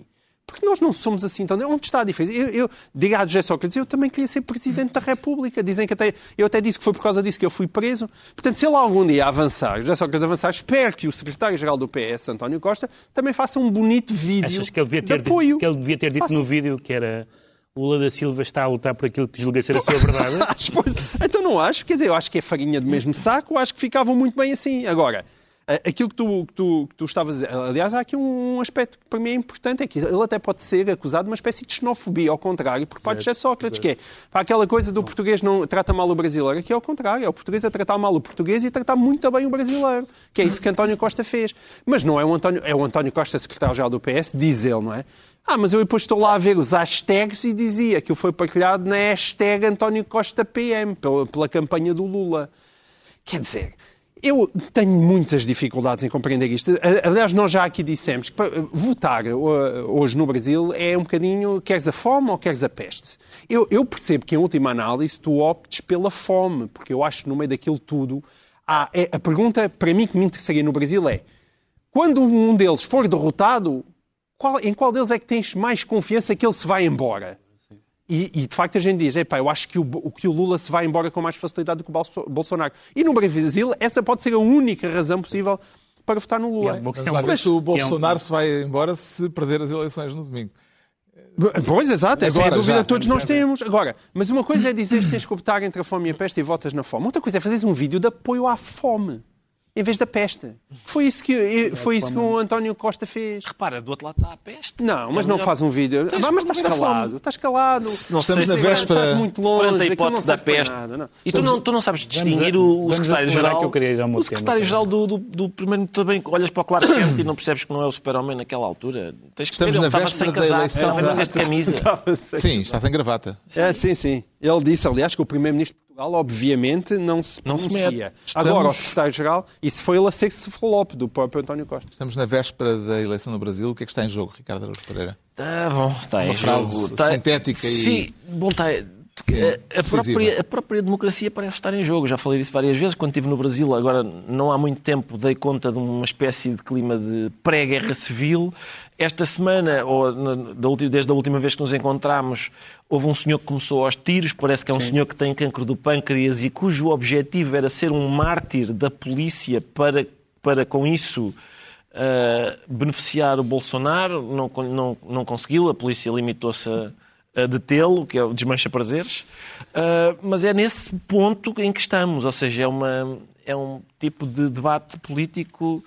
Porque nós não somos assim tão... Onde está a diferença? Eu, eu digo a José Sócrates, eu também queria ser Presidente da República. Dizem que até... Eu até disse que foi por causa disso que eu fui preso. Portanto, se ele algum dia avançar, José Sócrates avançar, espero que o Secretário-Geral do P S, António Costa, também faça um bonito vídeo Achas que ele devia ter de apoio. Dito, que ele devia ter dito Faça. no vídeo que era... O Lula da Silva está a lutar por aquilo que julga ser a sua verdade? Então não acho. Quer dizer, eu acho que é farinha do mesmo saco. Acho que ficavam muito bem assim. Agora... Aquilo que tu, que, tu, que tu estavas a dizer... Aliás, há aqui um aspecto que para mim é importante, é que ele até pode ser acusado de uma espécie de xenofobia, ao contrário, por parte de José Sócrates, que é para aquela coisa do português não trata mal o brasileiro, que é ao contrário, é o português a tratar mal o português e a tratar muito bem o brasileiro, que é isso que António Costa fez. Mas não é o António, é o António Costa, secretário-geral do P S, diz ele, não é? Ah, mas eu depois estou lá a ver os hashtags e dizia que foi partilhado na hashtag António Costa P M, pela, pela campanha do Lula. Quer dizer... Eu tenho muitas dificuldades em compreender isto. Aliás, nós já aqui dissemos que votar hoje no Brasil é um bocadinho queres a fome ou queres a peste. Eu, eu percebo que, em última análise, tu optes pela fome, porque eu acho que no meio daquilo tudo... Há, é, a pergunta, para mim, que me interessaria no Brasil é quando um deles for derrotado, qual, em qual deles é que tens mais confiança que ele se vai embora? E, e, de facto, a gente diz, epá, eu acho que o, que o Lula se vai embora com mais facilidade do que o Bolsonaro. E no Brasil, essa pode ser a única razão possível para votar no Lula. É, mas, mas o Bolsonaro se vai embora se perder as eleições no domingo. Pois, exato, essa Agora, é a dúvida já, que todos nós temos. Agora, mas uma coisa é dizer que tens que optar entre a fome e a peste e votas na fome. Outra coisa é fazeres um vídeo de apoio à fome. Em vez da peste. Foi isso que, foi isso que o António Costa fez. Repara, do outro lado está a peste. Não, mas não faz um vídeo. Ah, mas estás calado, estás calado. Não Estamos na véspera. Estás muito longe. A hipótese da peste. Nada, não. E tu não, tu não sabes distinguir o, o secretário-geral. Que eu queria ir ao o secretário-geral do, do, do primeiro também. Olhas para o Clark Kent e não percebes que não é o super-homem naquela altura. Tens que Estamos ver, na ele estava sem véspera da casaco, eleição. estava de camisa. Sim, está sem gravata. É, sim, sim. Ele disse, aliás, que o primeiro-ministro de Portugal, obviamente, não se Não se pronuncia. mete. Agora, Estamos- o secretário-geral, isso foi ele a ser cefalope do próprio António Costa. Estamos na véspera da eleição no Brasil. O que é que está em jogo, Ricardo Araújo Pereira? Tá bom, está Uma em frase jogo. Tá- sintética e- Sim, bom, está. Sim, A, a, decisiva. própria, a própria democracia parece estar em jogo. Já falei disso várias vezes. Quando estive no Brasil, agora não há muito tempo, dei conta de uma espécie de clima de pré-guerra civil. Esta semana, ou na- da última- desde a última vez que nos encontramos, houve um senhor que começou aos tiros. Parece que é um Sim. senhor que tem cancro do pâncreas e cujo objetivo era ser um mártir da polícia para, para com isso, uh, beneficiar o Bolsonaro. Não, não, não conseguiu. A polícia limitou-se a a detê-lo, que é o desmancha prazeres, uh, mas é nesse ponto em que estamos, ou seja, é, uma, é um tipo de debate político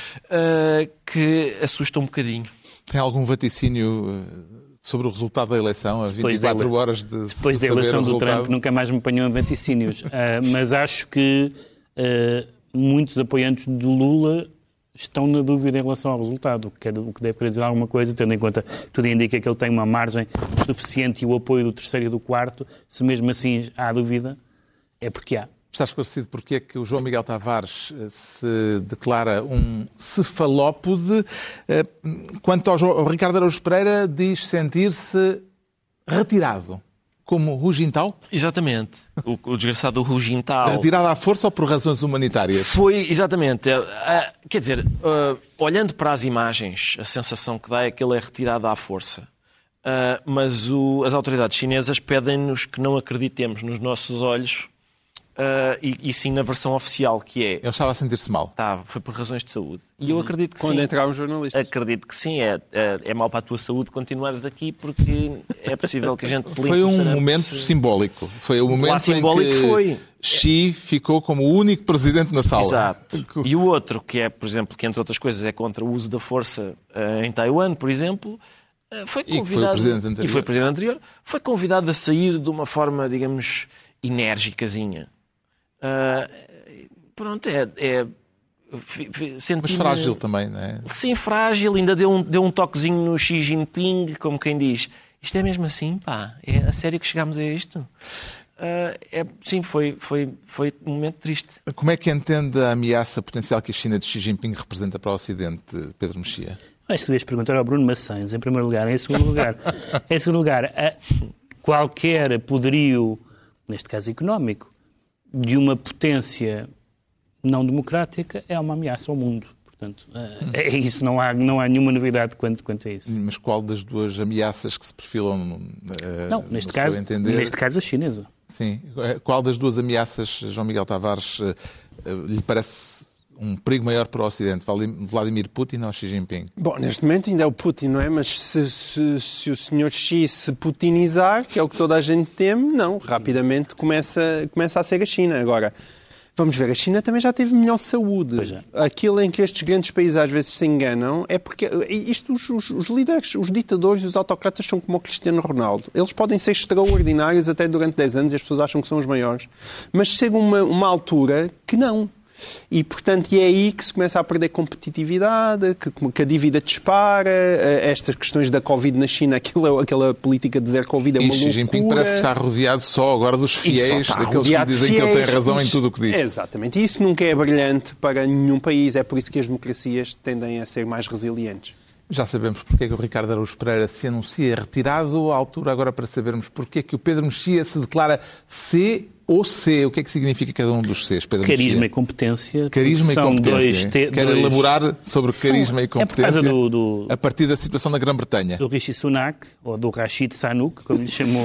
uh, que assusta um bocadinho. Tem algum vaticínio uh, sobre o resultado da eleição a Depois vinte e quatro da ele- horas de Depois da saber eleição o do resultado? Trump, nunca mais me apanhou em vaticínios. Uh, mas acho que uh, muitos apoiantes do Lula estão na dúvida em relação ao resultado, o que, quer, o que deve querer dizer alguma coisa, tendo em conta que tudo indica que ele tem uma margem suficiente e o apoio do terceiro e do quarto. Se mesmo assim há dúvida, é porque há. Está esclarecido porque é que o João Miguel Tavares eh, se declara um cefalópode. Eh, Quanto ao, João- ao Ricardo Araújo Pereira, diz sentir-se retirado, como Rugintal. Exatamente. O, o desgraçado Rugintal. Retirado à força ou por razões humanitárias? Foi, exatamente. Uh, uh, quer dizer, uh, olhando para as imagens, a sensação que dá é que ele é retirado à força. Uh, mas o- as autoridades chinesas pedem-nos que não acreditemos nos nossos olhos uh, e, e sim na versão oficial, que é... Ele estava a sentir-se mal. Tá, foi por razões de saúde. E eu acredito que Quando sim. entraram os jornalistas. Acredito que sim. É, é, é mau para a tua saúde continuares aqui porque é possível que a gente... te limpe Foi o um sarampo. momento simbólico. Foi o momento simbólico em que foi. Xi ficou como o único presidente na sala. Exato. E o outro, que é, por exemplo, que entre outras coisas é contra o uso da força uh, em Taiwan, por exemplo, uh, foi que foi o convidado... presidente anterior. E foi o presidente anterior. Foi convidado a sair de uma forma, digamos, enérgicazinha. Uh, pronto, é... é fi- fi- Mas senti-me- frágil também, não é? Sim, frágil. Ainda deu um, deu um toquezinho no Xi Jinping, como quem diz, isto é mesmo assim, pá? É a sério que chegámos a isto? Uh, é, sim, foi, foi, foi um momento triste. Como é que entende a ameaça potencial que a China de Xi Jinping representa para o Ocidente, Pedro Mexia? Mas se deves perguntar ao Bruno Maçães, em primeiro lugar. Em segundo lugar, em segundo lugar a- qualquer poderio, neste caso económico, de uma potência não democrática é uma ameaça ao mundo. Portanto, Portanto, é isso, não há, não há nenhuma novidade quanto, quanto a isso. Mas qual das duas ameaças que se perfilam? Não, neste caso, entender... neste caso a chinesa. Sim. Qual das duas ameaças, João Miguel Tavares, lhe parece um perigo maior para o Ocidente? Vladimir Putin ou Xi Jinping? Bom, neste momento ainda é o Putin, não é? Mas se, se, se o senhor Xi se putinizar, que é o que toda a gente teme, não. Rapidamente começa, começa a ser a China. Agora, vamos ver, a China também já teve melhor saúde. Pois é. Aquilo em que estes grandes países às vezes se enganam é porque isto, os, os, os líderes, os ditadores, os autocratas são como o Cristiano Ronaldo. Eles podem ser extraordinários até durante dez anos e as pessoas acham que são os maiores. Mas chega uma, uma altura que não. E, portanto, é aí que se começa a perder competitividade, que, que a dívida dispara, estas questões da Covid na China, aquela, aquela política de zero Covid é uma e loucura. Xi Jinping parece que está rodeado só agora dos fiéis, daqueles que dizem fiéis, que ele tem razão em tudo o que diz. Exatamente. E isso nunca é brilhante para nenhum país. É por isso que as democracias tendem a ser mais resilientes. Já sabemos porque é que o Ricardo Araújo Pereira se anuncia retirado. À altura agora para sabermos porque é que o Pedro Mexia se declara C ou C. O que é que significa cada um dos Cs, Pedro Carisma Mexia? e competência. Carisma e são competência. Dois te, Quer dois... elaborar sobre são... carisma e competência é por causa do, do... a partir da situação da Grã-Bretanha. Do Rishi Sunak, ou do Rashid Sunak, como lhe chamou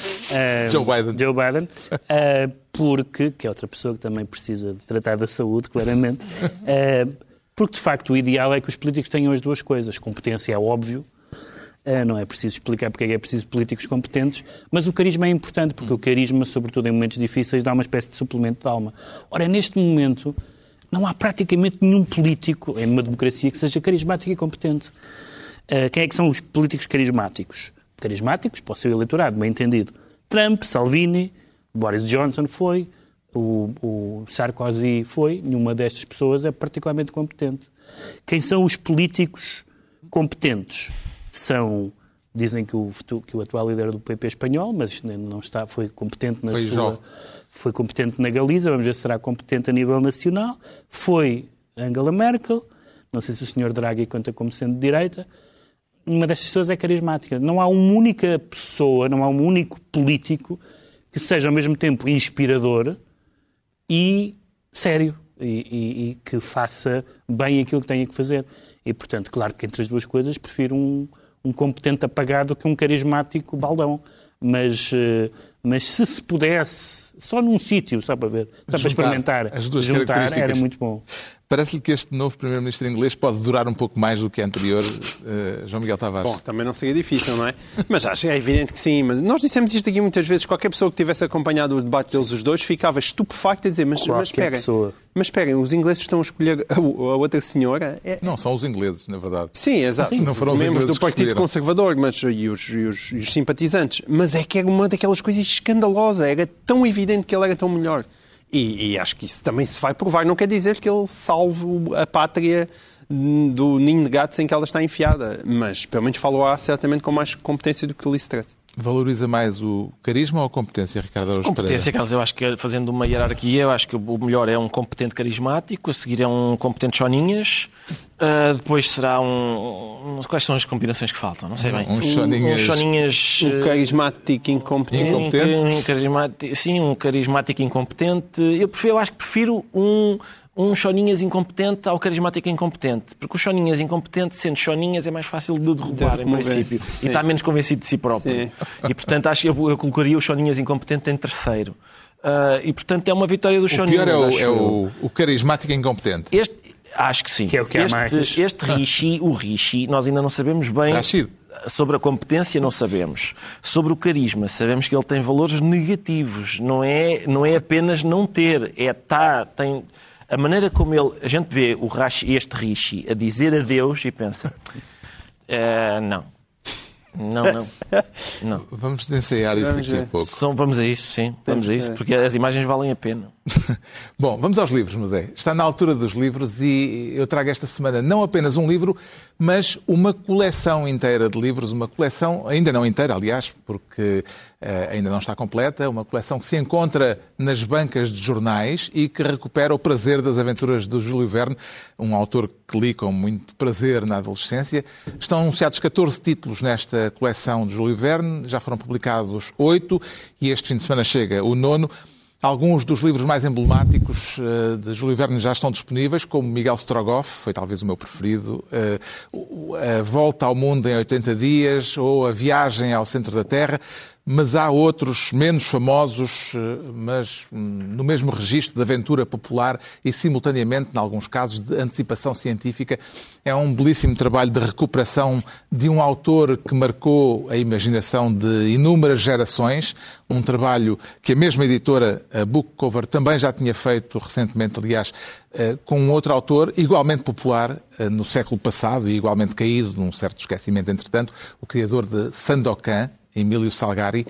uh, Joe Biden. Joe Biden uh, porque, que é outra pessoa que também precisa de tratar da saúde, claramente, uh, porque de facto o ideal é que os políticos tenham as duas coisas. Competência é óbvio, uh, não é preciso explicar porque é que é preciso políticos competentes, mas o carisma é importante, porque o carisma, sobretudo em momentos difíceis, dá uma espécie de suplemento de alma. Ora, neste momento, não há praticamente nenhum político em uma democracia que seja carismático e competente. Uh, quem é que são os políticos carismáticos? Carismáticos, para o seu eleitorado, bem entendido. Trump, Salvini, Boris Johnson foi, o, o Sarkozy foi, nenhuma destas pessoas é particularmente competente. Quem são os políticos competentes? São, dizem que o, que o atual líder do P P espanhol, mas não está, foi competente na foi sua... Jó. Foi competente na Galiza, vamos ver se será competente a nível nacional. Foi Angela Merkel, não sei se o senhor Draghi conta como sendo de direita. Uma destas pessoas é carismática. Não há uma única pessoa, não há um único político que seja ao mesmo tempo inspirador e sério e, e, e que faça bem aquilo que tenha que fazer. E, portanto, claro que entre as duas coisas prefiro um, um competente apagado que um carismático baldão. Mas, mas se se pudesse, só num sítio, só para ver, só juntar para experimentar, as duas juntar, características. era muito bom. Parece-lhe que este novo Primeiro-Ministro inglês pode durar um pouco mais do que a anterior, uh, João Miguel Tavares? Bom, também não seria difícil, não é? Mas acho que é evidente que sim. Mas nós dissemos isto aqui muitas vezes. Qualquer pessoa que tivesse acompanhado o debate deles os dois ficava estupefacta a dizer, mas, mas esperem, pessoa. mas esperem, os ingleses estão a escolher a, a outra senhora. É... Não, são os ingleses, na verdade. Sim, exato. Sim, não foram os membros ingleses do Partido que Conservador mas, e, os, e, os, e os simpatizantes. Mas é que era uma daquelas coisas escandalosas. Era tão evidente que ele era tão melhor. E, e acho que isso também se vai provar. Não quer dizer que ele salve a pátria do ninho de gatos em que ela está enfiada, mas pelo menos falou-a certamente com mais competência do que Liz Truss. Valoriza mais o carisma ou a competência, Ricardo Araújo Pereira? Competência, Carlos, eu acho que fazendo uma hierarquia, eu acho que o melhor é um competente carismático, a seguir é um competente choninhas, uh, depois será um, um... Quais são as combinações que faltam? Não sei bem. Um choninhas... Um choninhas... Um carismático incompetente. Incompetente? Um, um carismático, sim, um carismático incompetente. Eu, prefiro, eu acho que prefiro um... um choninhas incompetente ao carismático incompetente. Porque o choninhas incompetente, sendo choninhas, é mais fácil de derrubar, de em princípio. Sim. E está menos convencido de si próprio. Sim. E, portanto, acho que eu, eu colocaria o choninhas incompetente em terceiro. Uh, e, portanto, é uma vitória do choninhas. O pior é, o, é o, o carismático incompetente. Este, acho que sim. Que é o que este, há mais. este Rishi, o Rishi, nós ainda não sabemos bem... Rashid. Sobre a competência não sabemos. Sobre o carisma, sabemos que ele tem valores negativos. Não é, não é apenas não ter. É tá, tem... A maneira como ele... A gente vê o Rashi, este Rishi a dizer adeus e pensa... Uh, não. Não, não. não. Vamos ensaiar isso vamos daqui ver. a pouco. São, vamos a isso, sim. Vamos a isso, porque as imagens valem a pena. Bom, vamos aos livros, mas é. Está na altura dos livros e eu trago esta semana não apenas um livro, mas uma coleção inteira de livros, uma coleção, ainda não inteira, aliás, porque uh, ainda não está completa, uma coleção que se encontra nas bancas de jornais e que recupera o prazer das aventuras do Júlio Verne, um autor que li com muito prazer na adolescência. Estão anunciados catorze títulos nesta coleção de Júlio Verne, já foram publicados oito e este fim de semana chega o nono. Alguns dos livros mais emblemáticos uh, de Júlio Verne já estão disponíveis, como Miguel Strogoff, foi talvez o meu preferido, uh, A Volta ao Mundo em oitenta dias ou A Viagem ao Centro da Terra, mas há outros menos famosos, uh, mas um, no mesmo registro de aventura popular e, simultaneamente, em alguns casos, de antecipação científica. É um belíssimo trabalho de recuperação de um autor que marcou a imaginação de inúmeras gerações, um trabalho que a mesma editora, a Book Cover, também já tinha feito recentemente, aliás, com um outro autor igualmente popular no século passado e igualmente caído num certo esquecimento, entretanto, o criador de Sandokan, Emílio Salgari.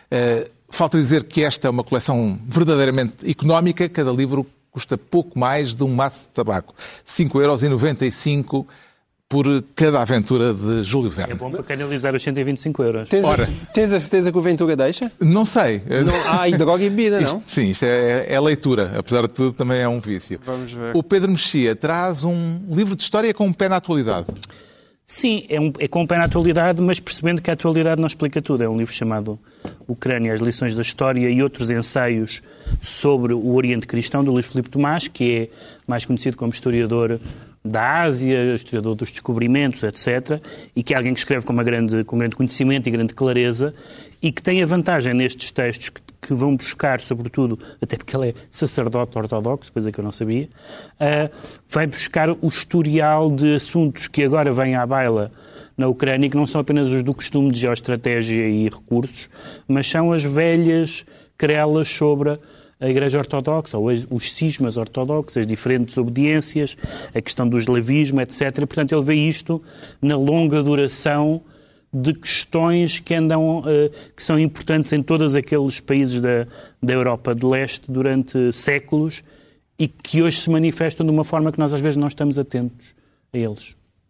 Falta dizer que esta é uma coleção verdadeiramente económica, cada livro custa pouco mais de um maço de tabaco. cinco euros e noventa e cinco centavos por cada aventura de Júlio Verne. É bom para canalizar os cento e vinte e cinco euros. Tens, Ora, a, tens a certeza que o Ventura deixa? Não sei. Não, há droga e bebida, não? Isto, sim, isto é, é leitura. Apesar de tudo, também é um vício. Vamos ver. O Pedro Mexia traz um livro de história com um pé na atualidade. Sim, é, um, é com o pé na atualidade, mas percebendo que a atualidade não explica tudo. É um livro chamado Ucrânia, as lições da história e outros ensaios sobre o Oriente Cristão, do Luís Filipe Tomás, que é mais conhecido como historiador da Ásia, historiador dos descobrimentos, etcétera, e que é alguém que escreve com, uma grande, com grande conhecimento e grande clareza, e que tem a vantagem nestes textos que, que vão buscar, sobretudo, até porque ele é sacerdote ortodoxo, coisa que eu não sabia, uh, vai buscar o historial de assuntos que agora vêm à baila na Ucrânia, que não são apenas os do costume de geoestratégia e recursos, mas são as velhas querelas sobre a a Igreja Ortodoxa, ou os cismas ortodoxos, as diferentes obediências, a questão do eslavismo, etcétera. Portanto, ele vê isto na longa duração de questões que andam, que são importantes em todos aqueles países da, da Europa de Leste durante séculos e que hoje se manifestam de uma forma que nós às vezes não estamos atentos a eles.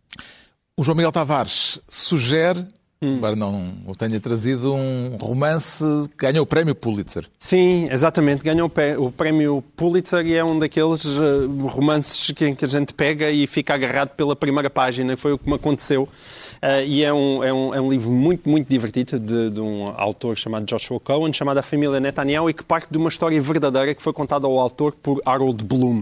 O João Miguel Tavares sugere, Hum. embora não o tenha trazido, um romance que ganhou o prémio Pulitzer. Sim, exatamente, ganhou o prémio Pulitzer e é um daqueles uh, romances que, que a gente pega e fica agarrado pela primeira página, foi o que me aconteceu. Uh, e é um, é, um, é um livro muito, muito divertido de, de um autor chamado Joshua Cohen, chamado A Família Netanyahu, e que parte de uma história verdadeira que foi contada ao autor por Harold Bloom.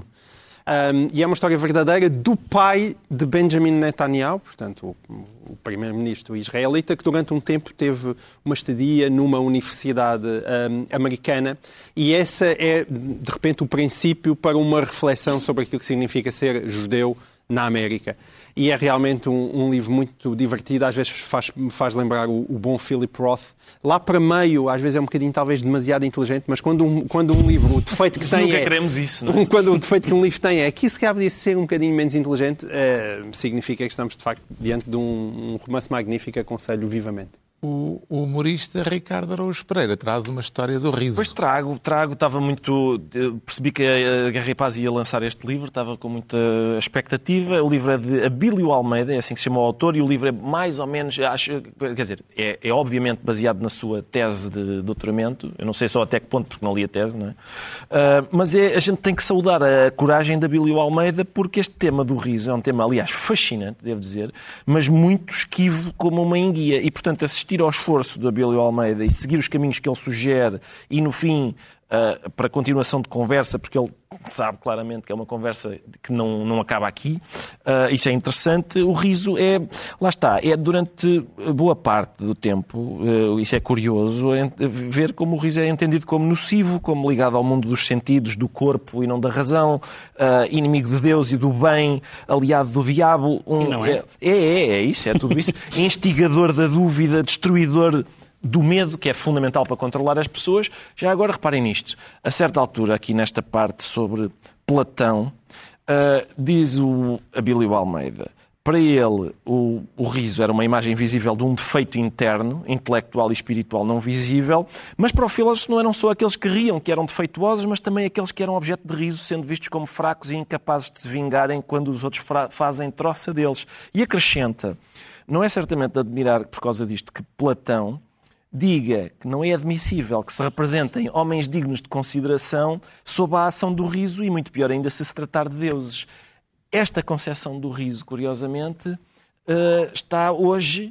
Um, e é uma história verdadeira do pai de Benjamin Netanyahu, portanto, o, o primeiro-ministro israelita, que durante um tempo teve uma estadia numa universidade um, americana, e essa é, de repente, o princípio para uma reflexão sobre aquilo que significa ser judeu na América. E é realmente um, um livro muito divertido, às vezes faz, me faz lembrar o, o bom Philip Roth. Lá para meio, às vezes é um bocadinho talvez demasiado inteligente, mas quando um, quando um livro, o defeito que tem Nunca é... queremos isso, não é? Um, quando o defeito que um livro tem é que isso que podia ser um bocadinho menos inteligente, é, significa que estamos, de facto, diante de um, um romance magnífico, aconselho vivamente. O, o humorista Ricardo Araújo Pereira traz uma história do riso. Pois trago, trago, estava muito... Percebi que a Guerra e Paz ia lançar este livro, estava com muita expectativa. O livro é de Abílio Almeida, é assim que se chama o autor, e o livro é mais ou menos, acho, quer dizer, é, é obviamente baseado na sua tese de doutoramento. Eu não sei só até que ponto, porque não li a tese, não é? Uh, mas é, a gente tem que saudar a coragem de Abílio Almeida, porque este tema do riso é um tema, aliás, fascinante, devo dizer, mas muito esquivo como uma enguia. E, portanto, assistir ao esforço do Abílio Almeida e seguir os caminhos que ele sugere e, no fim, uh, para continuação de conversa, porque ele sabe claramente que é uma conversa que não, não acaba aqui, uh, isso é interessante. O riso é, lá está, é durante boa parte do tempo, uh, isso é curioso, é ver como o riso é entendido como nocivo, como ligado ao mundo dos sentidos, do corpo e não da razão, uh, inimigo de Deus e do bem, aliado do diabo. Um, não é? É, é, é isso, é tudo isso. Instigador da dúvida, destruidor do medo, que é fundamental para controlar as pessoas. Já agora reparem nisto. A certa altura, aqui nesta parte sobre Platão, uh, diz o Abílio Almeida, para ele o, o riso era uma imagem visível de um defeito interno, intelectual e espiritual não visível, mas para o filósofo não eram só aqueles que riam, que eram defeituosos, mas também aqueles que eram objeto de riso, sendo vistos como fracos e incapazes de se vingarem quando os outros fazem troça deles. E acrescenta, não é certamente de admirar por causa disto que Platão diga que não é admissível que se representem homens dignos de consideração sob a ação do riso e, muito pior ainda, se se tratar de deuses. Esta concepção do riso, curiosamente, está hoje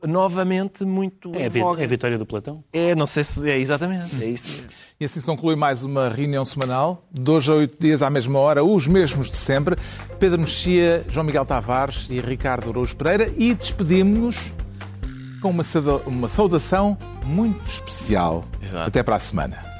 novamente muito É a, em vi- voga. é a vitória do Platão? É, não sei se é exatamente, é isso mesmo. E assim se conclui mais uma reunião semanal, de hoje a oito dias à mesma hora, os mesmos de sempre. Pedro Mexia, João Miguel Tavares e Ricardo Araújo Pereira. E despedimos-nos com uma sauda- uma saudação muito especial. Exato. Até para a semana.